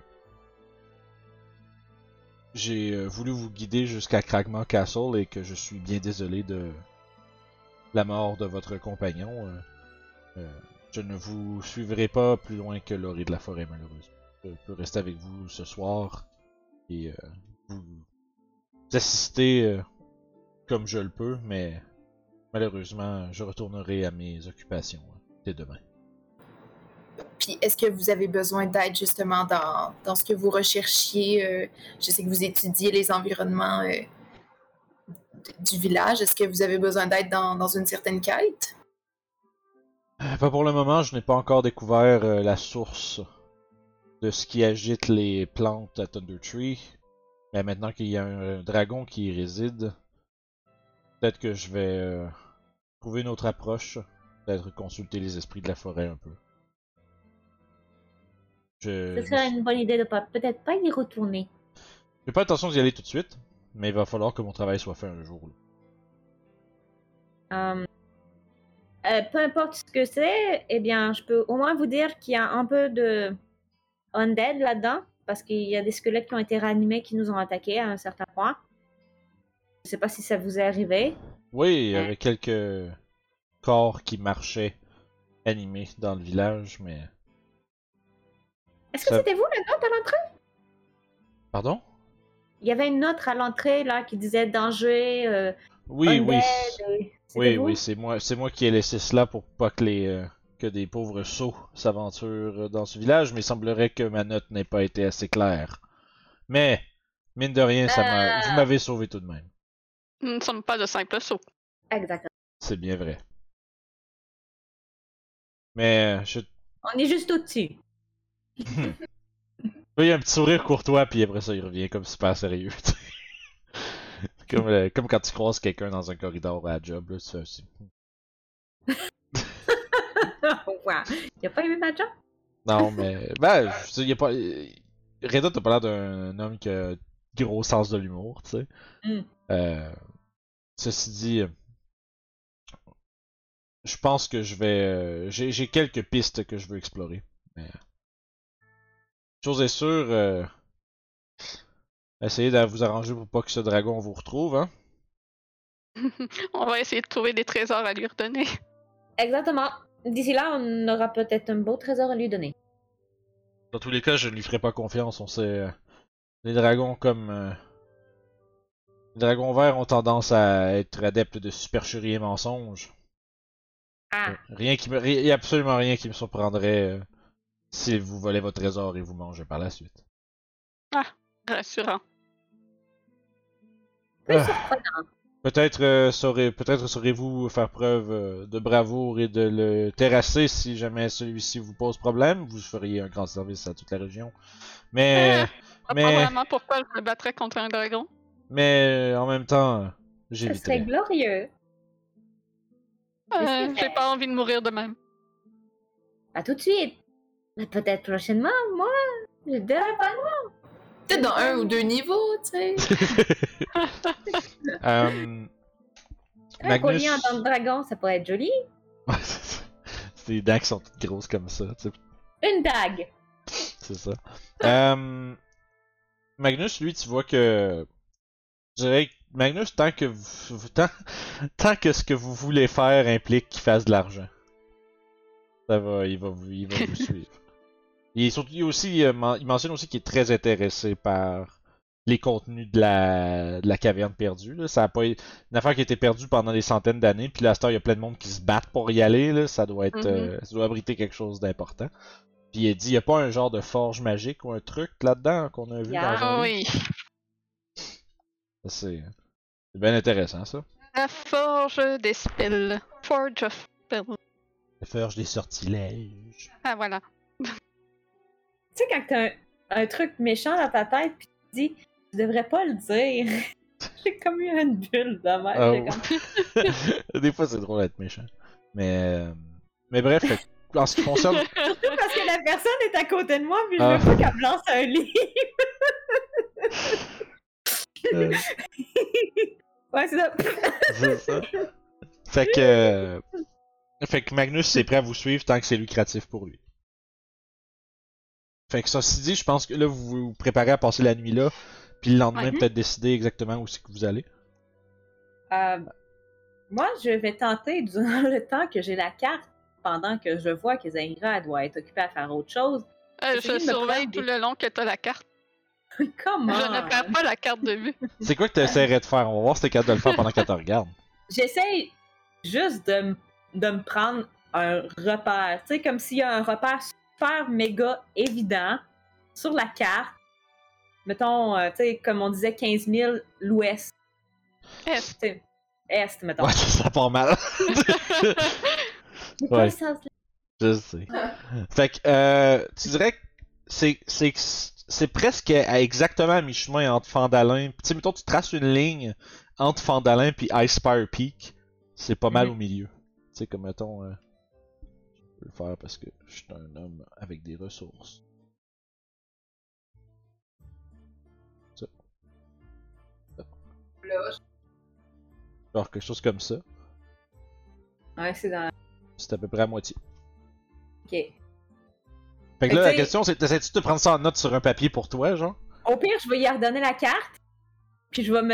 j'ai voulu vous guider jusqu'à Cragmore Castle et que je suis bien désolé de la mort de votre compagnon, je ne vous suivrai pas plus loin que l'orée de la forêt, malheureusement. Je peux rester avec vous ce soir et vous assister comme je le peux, mais malheureusement, je retournerai à mes occupations dès demain. Puis est-ce que vous avez besoin d'aide justement dans ce que vous recherchiez? Je sais que vous étudiez les environnements du village. Est-ce que vous avez besoin d'aide dans une certaine quête? Pas pour le moment, je n'ai pas encore découvert la source de ce qui agite les plantes à Thunder Tree. Mais maintenant qu'il y a un dragon qui y réside, peut-être que je vais trouver une autre approche. Peut-être consulter les esprits de la forêt un peu. Ce serait une bonne idée de peut-être pas y retourner. J'ai pas l'intention d'y aller tout de suite, mais il va falloir que mon travail soit fait un jour. Peu importe ce que c'est, eh bien, je peux au moins vous dire qu'il y a un peu de undead là-dedans, parce qu'il y a des squelettes qui ont été réanimés qui nous ont attaqués à un certain point. Je sais pas si ça vous est arrivé. Oui, il y avait quelques corps qui marchaient animés dans le village, mais... Est-ce que Ça- c'était vous la note à l'entrée? Pardon? Il y avait une note à l'entrée là qui disait danger, Oui, oui. undead. C'était Oui, vous? oui, c'est moi qui ai laissé cela pour pas que que des pauvres sots s'aventurent dans ce village, mais il semblerait que ma note n'ait pas été assez claire. Mais, mine de rien, vous m'avez sauvé tout de même. Nous ne sommes pas de simples sots. Exactement. C'est bien vrai. Mais, On est juste au-dessus. il y a un petit sourire courtois, puis après ça, il revient comme super sérieux. Comme quand tu croises quelqu'un dans un corridor à la job, là, tu fais aussi. Wow. Il a pas aimé ma job? Non, mais. Ben, je sais, il y a pas. Reda, t'as pas l'air d'un homme qui a gros sens de l'humour, tu sais. Ceci dit, je pense que je vais. J'ai quelques pistes que je veux explorer. Mais... Chose est sûre, essayez de vous arranger pour pas que ce dragon vous retrouve, hein. On va essayer de trouver des trésors à lui redonner. Exactement. D'ici là, on aura peut-être un beau trésor à lui donner. Dans tous les cas, je ne lui ferai pas confiance. On sait. Les dragons comme. Les dragons verts ont tendance à être adeptes de supercherie et mensonges. Ah. Il y a absolument rien qui me surprendrait si vous volez votre trésor et vous mangez par la suite. Rassurant. Peut-être saurez-vous faire preuve de bravoure et de le terrasser si jamais celui-ci vous pose problème. Vous feriez un grand service à toute la région. Mais Pas vraiment pourquoi je me battrais contre un dragon. mais en même temps, Ce serait j'éviterai. glorieux. J'ai pas envie de mourir de même. Pas tout de suite. Mais peut-être prochainement, moi. Je dirais pas non. Peut-être dans 1 ou 2 niveaux, tu sais. Un collier en dents de dragon, ça pourrait être joli. Ouais, c'est des dents qui sont toutes grosses comme ça, tu sais. Une dague. C'est ça. Magnus, lui, tu vois que. Je dirais que Magnus, tant que ce que vous voulez faire implique qu'il fasse de l'argent, ça va, il va vous suivre. Il mentionne aussi qu'il est très intéressé par les contenus de la caverne perdue. Là. Ça a pas une affaire qui a été perdue pendant des centaines d'années, puis là, à cette heure, il y a plein de monde qui se battent pour y aller. Là. Ça doit être, ça doit abriter quelque chose d'important. Puis il a dit, il y a pas un genre de forge magique ou un truc là-dedans qu'on a vu dans un livre? Oui. C'est bien intéressant, ça. La forge des spells. Forge of spells. La forge des sortilèges. Ah, voilà. Tu sais, quand t'as un truc méchant dans ta tête, pis tu te dis, tu devrais pas le dire. J'ai comme eu une bulle de mer. Oh. Des fois, c'est drôle d'être méchant. Mais bref, en ce qui concerne. Surtout parce que la personne est à côté de moi, puis je veux pas qu'elle me lance un livre. Ouais, c'est ça. C'est ça. Fait que Magnus est prêt à vous suivre tant que c'est lucratif pour lui. Fait que ceci dit, je pense que là, vous vous préparez à passer la nuit là, puis le lendemain, peut-être décider exactement où c'est que vous allez. Moi, je vais tenter, durant le temps que j'ai la carte, pendant que je vois que Zaira doit être occupée à faire autre chose. Je surveille tout le long que t'as la carte. Comment? Je ne perds pas la carte de vue. C'est quoi que tu essaierais de faire? On va voir si t'es capable de le faire pendant qu'elle te regarde. J'essaye juste de me prendre un repère. Tu sais, comme s'il y a un repère super méga évident sur la carte. Mettons, tu sais, comme on disait, 15 000 l'ouest. Est. Est, mettons. Ouais, ça part mal. C'est quoi le sens là? Je sais. Fait que, tu dirais que c'est presque exactement à mi-chemin entre Fandalin. Tu sais, mettons, tu traces une ligne entre Fandalin puis Icespire Peak. C'est pas mal au milieu. Tu sais, comme mettons. Je peux le faire parce que je suis un homme avec des ressources. Ça. Genre quelque chose comme ça. Ouais, c'est dans. C'est à peu près à moitié. Ok. Fait que là, la question, c'est t'essaies-tu de prendre ça en note sur un papier pour toi, genre? Au pire, je vais y redonner la carte. Puis je vais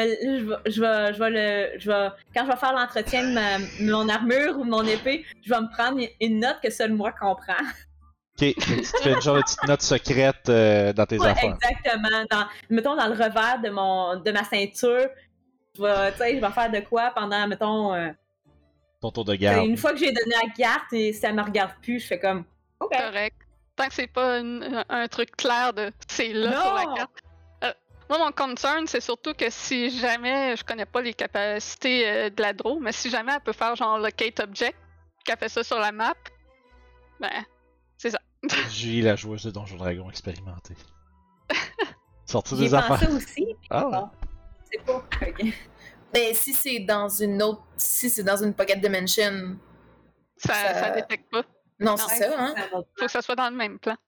quand je vais faire l'entretien de mon armure ou de mon épée, je vais me prendre une note que seul moi comprends. Ok, tu te fais une genre de petite note secrète dans tes affaires. Exactement. Mettons dans le revers de ma ceinture, je vais faire de quoi pendant, mettons... ton tour de garde. Une fois que j'ai donné la carte et ça me regarde plus, je fais comme... OK. Correct. Tant que c'est pas un truc clair de c'est là sur la carte. Moi, mon concern, c'est surtout que si jamais je connais pas les capacités de la Draw, mais si jamais elle peut faire genre locate object, qu'elle fait ça sur la map, ben, c'est ça. Julie, la joueuse de Donjon Dragon expérimentée. Sortir J'ai des affaires. pensé aussi. Ah ouais. Bon, c'est pas. Okay. Ben, si c'est dans une autre. Si c'est dans une Pocket Dimension. Ça détecte pas. Non, c'est ça, hein? Faut que ça soit dans le même plan.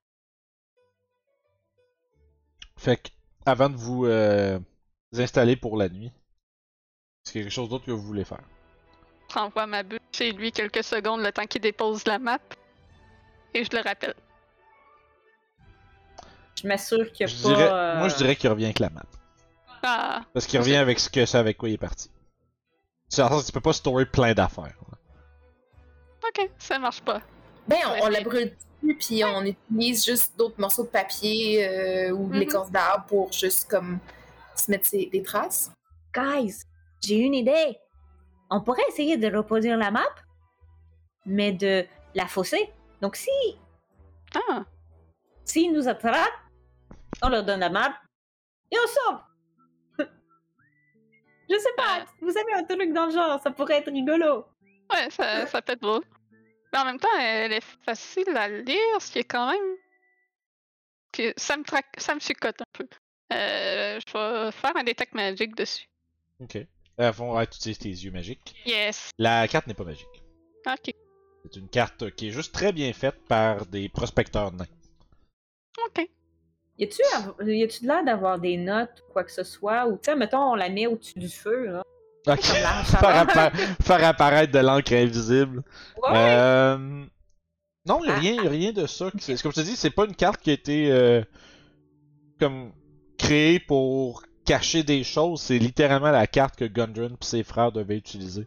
Fait que, avant de vous installer pour la nuit, est-ce qu'il y a quelque chose d'autre que vous voulez faire? Je renvoie ma bulle chez lui quelques secondes le temps qu'il dépose la map. Et je le rappelle. Je m'assure qu'il n'y a pas... Moi, je dirais qu'il revient avec la map. Ah. Parce qu'il revient avec avec quoi il est parti. C'est en sens que tu peux pas storer plein d'affaires. Ok, ça marche pas. Ben, on la brûle plus, puis on utilise juste d'autres morceaux de papier ou de l'écorce d'arbre pour juste comme se mettre des traces. Guys, j'ai une idée. On pourrait essayer de reproduire la map, mais de la fausser. Donc s'ils nous attrapent, on leur donne la map et on sauve. Je sais pas, vous avez un truc dans le genre, ça pourrait être rigolo. Ouais, ça peut être drôle. Mais en même temps, elle est facile à lire, ce qui est quand même... Ça me chicote un peu. Je vais faire un détect magique dessus. Ok. À fond, tu utilises tes yeux magiques. Yes. La carte n'est pas magique. Ok. C'est une carte qui est juste très bien faite par des prospecteurs nains. Ok. Y a-tu de l'air d'avoir des notes ou quoi que ce soit? Ou tu sais, mettons, on la met au-dessus du feu, là. Ok. Comme la faire, chaleur. faire apparaître de l'encre invisible. Ouais. Non, il Ah, y a rien de ça. Comme je te dis, c'est pas une carte qui a été comme créée pour cacher des choses. C'est littéralement la carte que Gundren et ses frères devaient utiliser.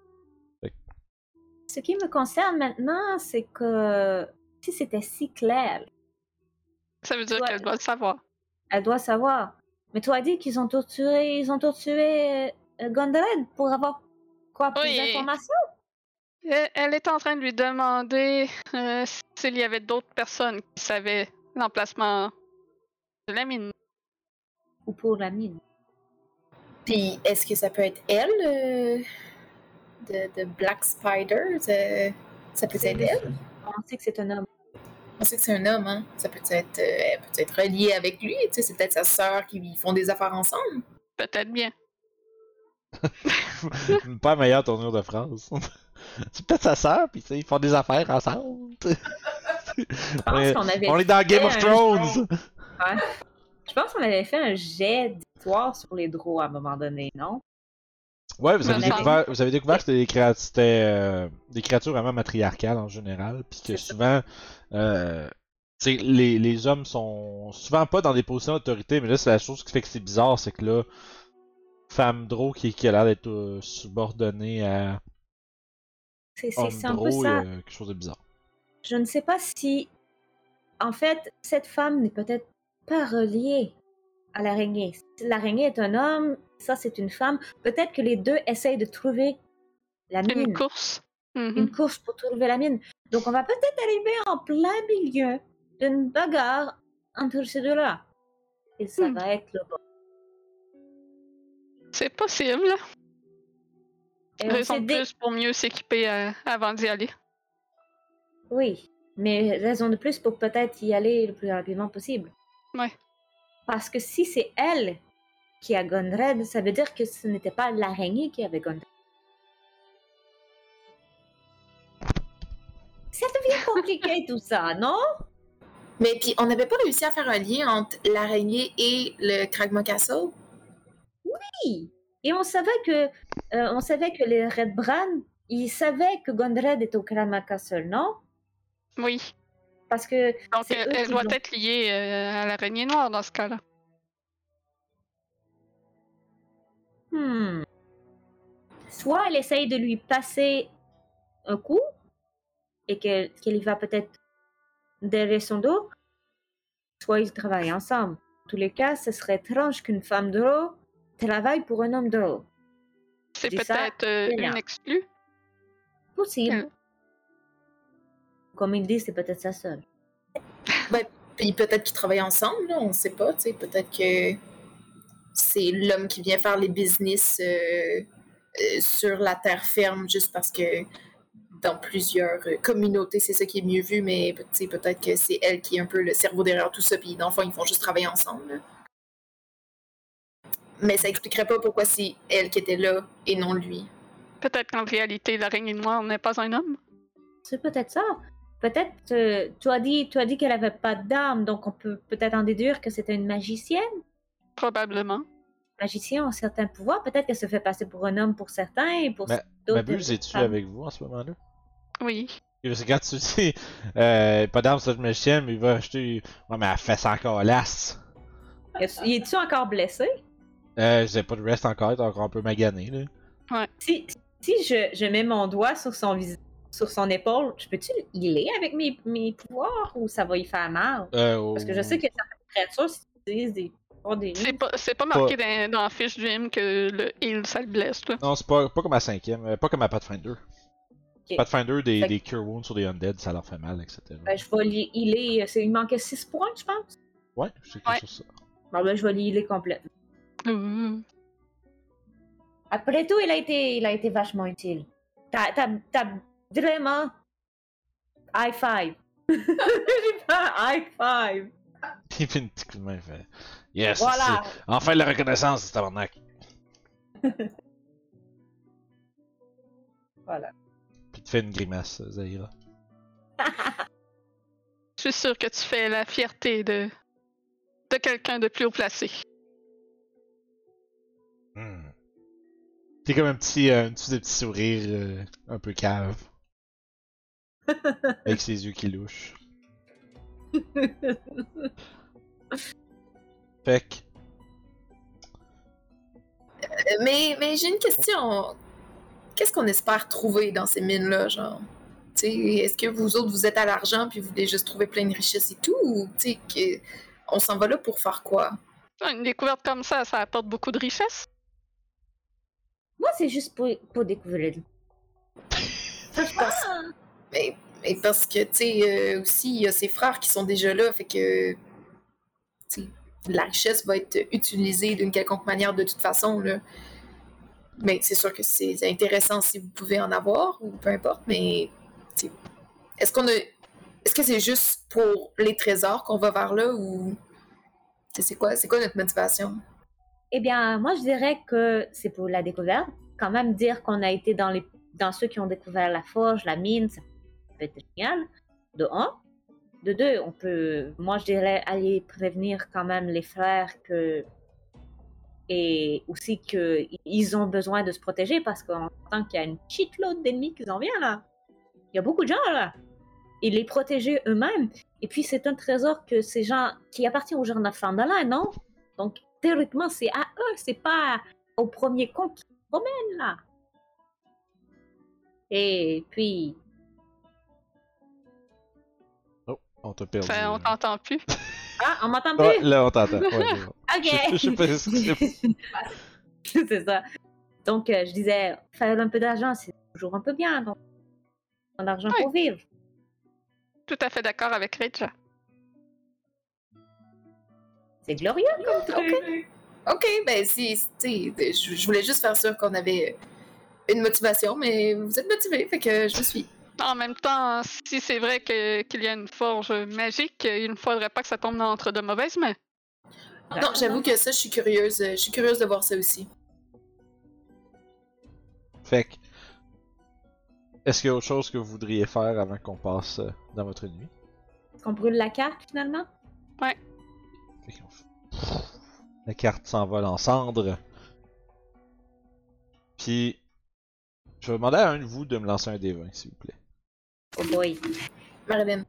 ce qui me concerne maintenant, c'est que si c'était si clair, Ça veut dire Ouais. qu'elle doit le savoir. elle doit savoir. Mais tu as dit qu'ils ont torturé Gondred pour avoir quoi, plus Oui. d'informations? Elle est en train de lui demander s'il y avait d'autres personnes qui savaient l'emplacement de la mine. Ou pour la mine? Puis, est-ce que ça peut être elle, de Black Spider? Ça peut être elle? On sait que c'est un homme. On sait que c'est un homme, hein? Ça peut être, elle peut être reliée avec lui, tu sais, c'est peut-être sa sœur qui font des affaires ensemble. Peut-être bien. Pas la meilleure tournure de phrase. C'est peut-être sa sœur, pis ils font des affaires ensemble. Je pense qu'on avait On est dans Game of fait Thrones! Ouais. Je pense qu'on avait fait un jet d'histoire sur les drôles à un moment donné, non? Ouais, Me semble. vous avez découvert que c'était des créatures vraiment matriarcales en général, puis que C'est ça. souvent, tu sais, les hommes sont souvent pas dans des positions d'autorité, mais là, c'est la chose qui fait que c'est bizarre, c'est que là, femme Dro qui a l'air d'être subordonnée à C'est homme un peu Dro, il y ça. a quelque chose de bizarre. Je ne sais pas si, en fait, cette femme n'est peut-être pas reliée à l'araignée. Si l'araignée est un homme, ça c'est une femme. Peut-être que les deux essayent de trouver la mine. Une course. Mhm. Une course pour trouver la mine. Donc on va peut-être arriver en plein milieu d'une bagarre entre ces deux-là. Et ça va être le bon. C'est possible. Et on Raison s'est de dit- plus pour mieux s'équiper avant d'y aller. Oui, mais raison de plus pour peut-être y aller le plus rapidement possible. Ouais. Parce que si c'est elle qui a Gondred, ça veut dire que ce n'était pas l'araignée qui avait Gondred. Ça devient compliqué tout ça, non? Mais puis, on n'avait pas réussi à faire un lien entre l'araignée et le Kragma Castle? Oui. Et on savait que les Red Bran, ils savaient que Gondred était au Kragma Castle, non? Oui. Parce que Donc, c'est eux elle qui doit l'ont- être liée à l'araignée noire dans ce cas-là. Soit elle essaye de lui passer un coup et qu'elle y va peut-être derrière son dos, soit ils travaillent ensemble. En tous les cas, ce serait étrange qu'une femme Drow travaille pour un homme Drow. C'est dis ça, peut-être c'est rien. une exclue. Possible. Euh. Comme il dit, c'est peut-être sa seule. Puis peut-être qu'ils travaillent ensemble, là, on ne sait pas, tu sais, peut-être que c'est l'homme qui vient faire les business sur la terre ferme juste parce que dans plusieurs communautés, c'est ça qui est mieux vu, mais tu sais, peut-être que c'est elle qui est un peu le cerveau derrière tout ça, puis dans le fond, ils font juste travailler ensemble. Là. Mais ça expliquerait pas pourquoi c'est elle qui était là et non lui. Peut-être qu'en réalité, l'araignée noire n'est pas un homme. C'est peut-être ça. Peut-être, tu as dit qu'elle avait pas d'âme, donc on peut peut-être en déduire que c'était une magicienne. Probablement. Magiciens ont certains pouvoirs. Peut-être qu'elle se fait passer pour un homme pour certains et pour d'autres. Mabuse, es-tu avec vous en ce moment-là? Oui. C'est quand tu dis, pas d'arme sur le magicien, mais il va acheter. Ouais, mais elle fait ça encore lasse. Y es-tu encore blessé? J'ai pas de rest encore, elle est encore un peu magané, là. Si je mets mon doigt sur son épaule, je peux-tu healer avec mes pouvoirs ou ça va y faire mal? Parce que je sais que certaines créatures, si tu utilises des pouvoirs des C'est pas marqué dans la fiche du M que le heal, ça le blesse, là. Non, c'est pas comme à 5ème, pas comme à Pathfinder. Ok. Pathfinder, Fait que- des Cure Wounds sur des Undead, ça leur fait mal, etc. Ben, je vais les healer. Il manquait 6 points, je pense. Ouais, je sais que Ouais. sur ça. Bon, ben, je vais les healer complètement. Ouh. Après tout, il a été vachement utile. T'as vraiment... High five. J'ai pas high five. Il fait une petite coup de main, il fait. Yes, Voilà. c'est enfin la reconnaissance, c'est tabarnak. Voilà. Puis tu fais une grimace, Zahira. Je suis sûre que tu fais la fierté de quelqu'un de plus haut placé. Hmm. C'est comme un petit sourire un peu cave. Avec ses yeux qui louchent. Fait que, Mais j'ai une question. Qu'est-ce qu'on espère trouver dans ces mines-là, genre? Tu sais, est-ce que vous autres, vous êtes à l'argent puis vous voulez juste trouver plein de richesses et tout? Ou, tu sais, on s'en va là pour faire quoi? Une découverte comme ça apporte beaucoup de richesse. Moi, c'est juste pour découvrir. Ça, je pense. Mais parce que, tu sais, aussi, il y a ses frères qui sont déjà là, fait que, tu sais, la richesse va être utilisée d'une quelconque manière de toute façon, là. Mais c'est sûr que c'est intéressant si vous pouvez en avoir, ou peu importe, mais, tu sais, est-ce que c'est juste pour les trésors qu'on va vers là, ou c'est quoi notre motivation? Eh bien, moi, je dirais que c'est pour la découverte. Quand même, dire qu'on a été dans ceux qui ont découvert la forge, la mine, ça peut être génial. De un. De deux, moi, je dirais aller prévenir quand même les frères et aussi qu'ils ont besoin de se protéger parce qu'en tant qu'il y a une shitload d'ennemis qui en viennent là. Il y a beaucoup de gens là. Et les protéger eux-mêmes. Et puis, c'est un trésor que ces gens qui appartient aux gens d'Aflandala, non? Donc, théoriquement, c'est à eux, c'est pas au premier compte qui promène là. Et puis. oh, on t'a perdu. Enfin, on t'entend plus. Ah, on m'entend plus? Ouais, là, on t'entend. Ouais, c'est bon. Ok. Je sais pas ce que c'est. C'est ça. Donc, je disais, faire un peu d'argent, c'est toujours un peu bien. Donc, un argent Oui. pour vivre. Tout à fait d'accord avec Rich. C'est glorieux comme truc. OK, ben si, tu sais, je voulais juste faire sûr qu'on avait une motivation, mais vous êtes motivés, fait que je me suis. En même temps, si c'est vrai qu'il y a une forge magique, il ne faudrait pas que ça tombe entre de mauvaises mains. Non, j'avoue que ça, je suis curieuse de voir ça aussi. Fait que, est-ce qu'il y a autre chose que vous voudriez faire avant qu'on passe dans votre nuit? Est-ce qu'on brûle la carte finalement? Ouais. Fait qu'on la carte s'envole en cendres. Puis, je vais demander à un de vous de me lancer un D20, s'il vous plaît. Oh boy. Marilyn.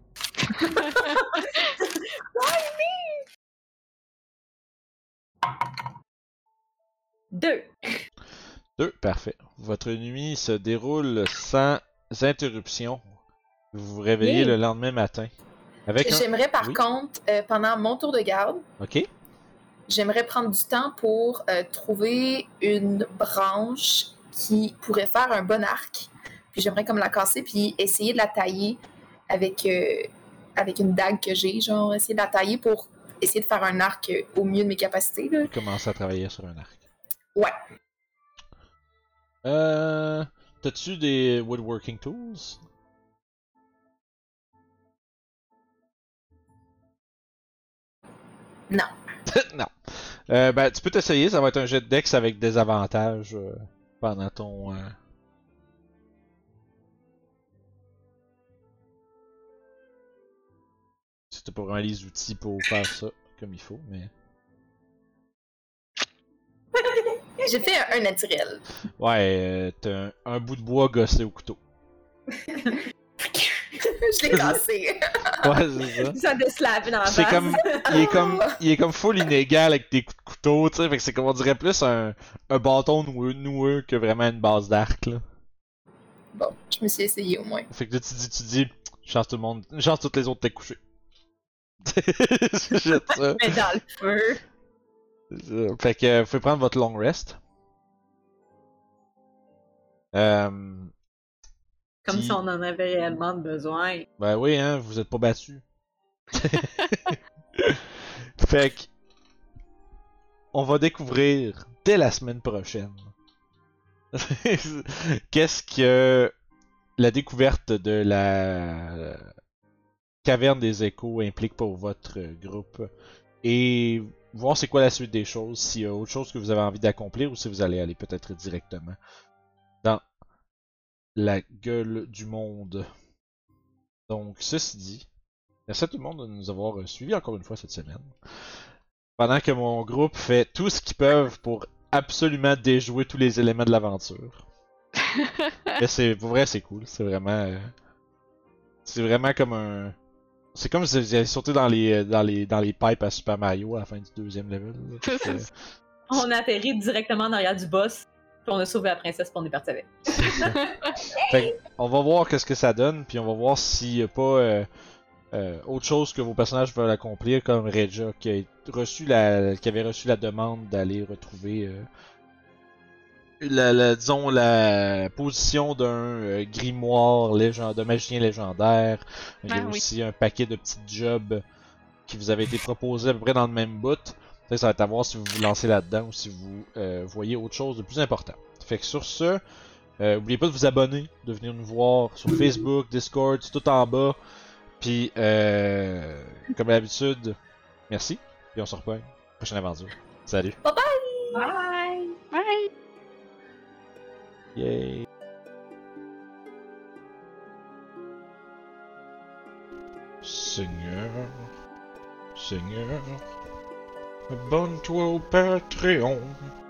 Deux. 2, parfait. Votre nuit se déroule sans interruption. Vous vous réveillez Yeah. le lendemain matin. Avec un... J'aimerais par Oui. contre, pendant mon tour de garde, Ok. j'aimerais prendre du temps pour trouver une branche qui pourrait faire un bon arc. Puis j'aimerais comme la casser, puis essayer de la tailler avec une dague que j'ai. Genre, essayer de la tailler pour essayer de faire un arc au mieux de mes capacités. Là. Commencer à travailler sur un arc. Ouais. T'as-tu des woodworking tools? Non. Non. Ben, tu peux t'essayer, ça va être un jet de dex avec des avantages pendant ton... Si t'as pas vraiment les outils pour faire ça comme il faut, mais... J'ai fait un naturel. Ouais, t'as un bout de bois gossé au couteau. Je l'ai cassé. Ouais, c'est ça. Ça de slap dans la C'est face. comme, il est comme full inégal avec des coups de couteau, tu sais, fait que c'est comme on dirait plus un bâton noueux que vraiment une base d'arc, là. Bon, je me suis essayé au moins. Fait que là, tu dis, chance tout le monde, chance toutes les autres t'es couché. Jette ça. Mais dans le feu. C'est ça. Fait que, vous pouvez prendre votre long rest. Comme Puis- si on en avait réellement besoin. Ben oui, hein, vous êtes pas battus. Fait que, on va découvrir dès la semaine prochaine qu'est-ce que la découverte de la caverne des échos implique pour votre groupe et voir c'est quoi la suite des choses, s'il y a autre chose que vous avez envie d'accomplir ou si vous allez aller peut-être directement dans la gueule du monde. Donc, ceci dit, merci à tout le monde de nous avoir suivis encore une fois cette semaine. Pendant que mon groupe fait tout ce qu'ils peuvent pour absolument déjouer tous les éléments de l'aventure. Mais pour vrai, c'est cool. C'est vraiment comme un. C'est comme si j'avais sauté dans les pipes à Super Mario à la fin du deuxième level. On a atterri directement en arrière du boss, puis on a sauvé la princesse, puis on est parti avec. Fait on va voir qu'est-ce que ça donne, puis on va voir s'il y a pas autre chose que vos personnages veulent accomplir, comme Regia qui avait reçu la demande d'aller retrouver disons la position d'un grimoire de magicien légendaire. Il y a aussi un paquet de petits jobs qui vous avaient été proposés à peu près dans le même bout. Ça va être à voir si vous vous lancez là-dedans ou si vous voyez autre chose de plus important. Fait que sur ce, n'oubliez pas de vous abonner, de venir nous voir sur Facebook, Discord, c'est tout en bas. Puis, comme d'habitude, merci. Puis on se reprend. Prochaine aventure. Salut. Bye bye! Bye! Bye! Yay. Seigneur, abonne-toi au Patreon.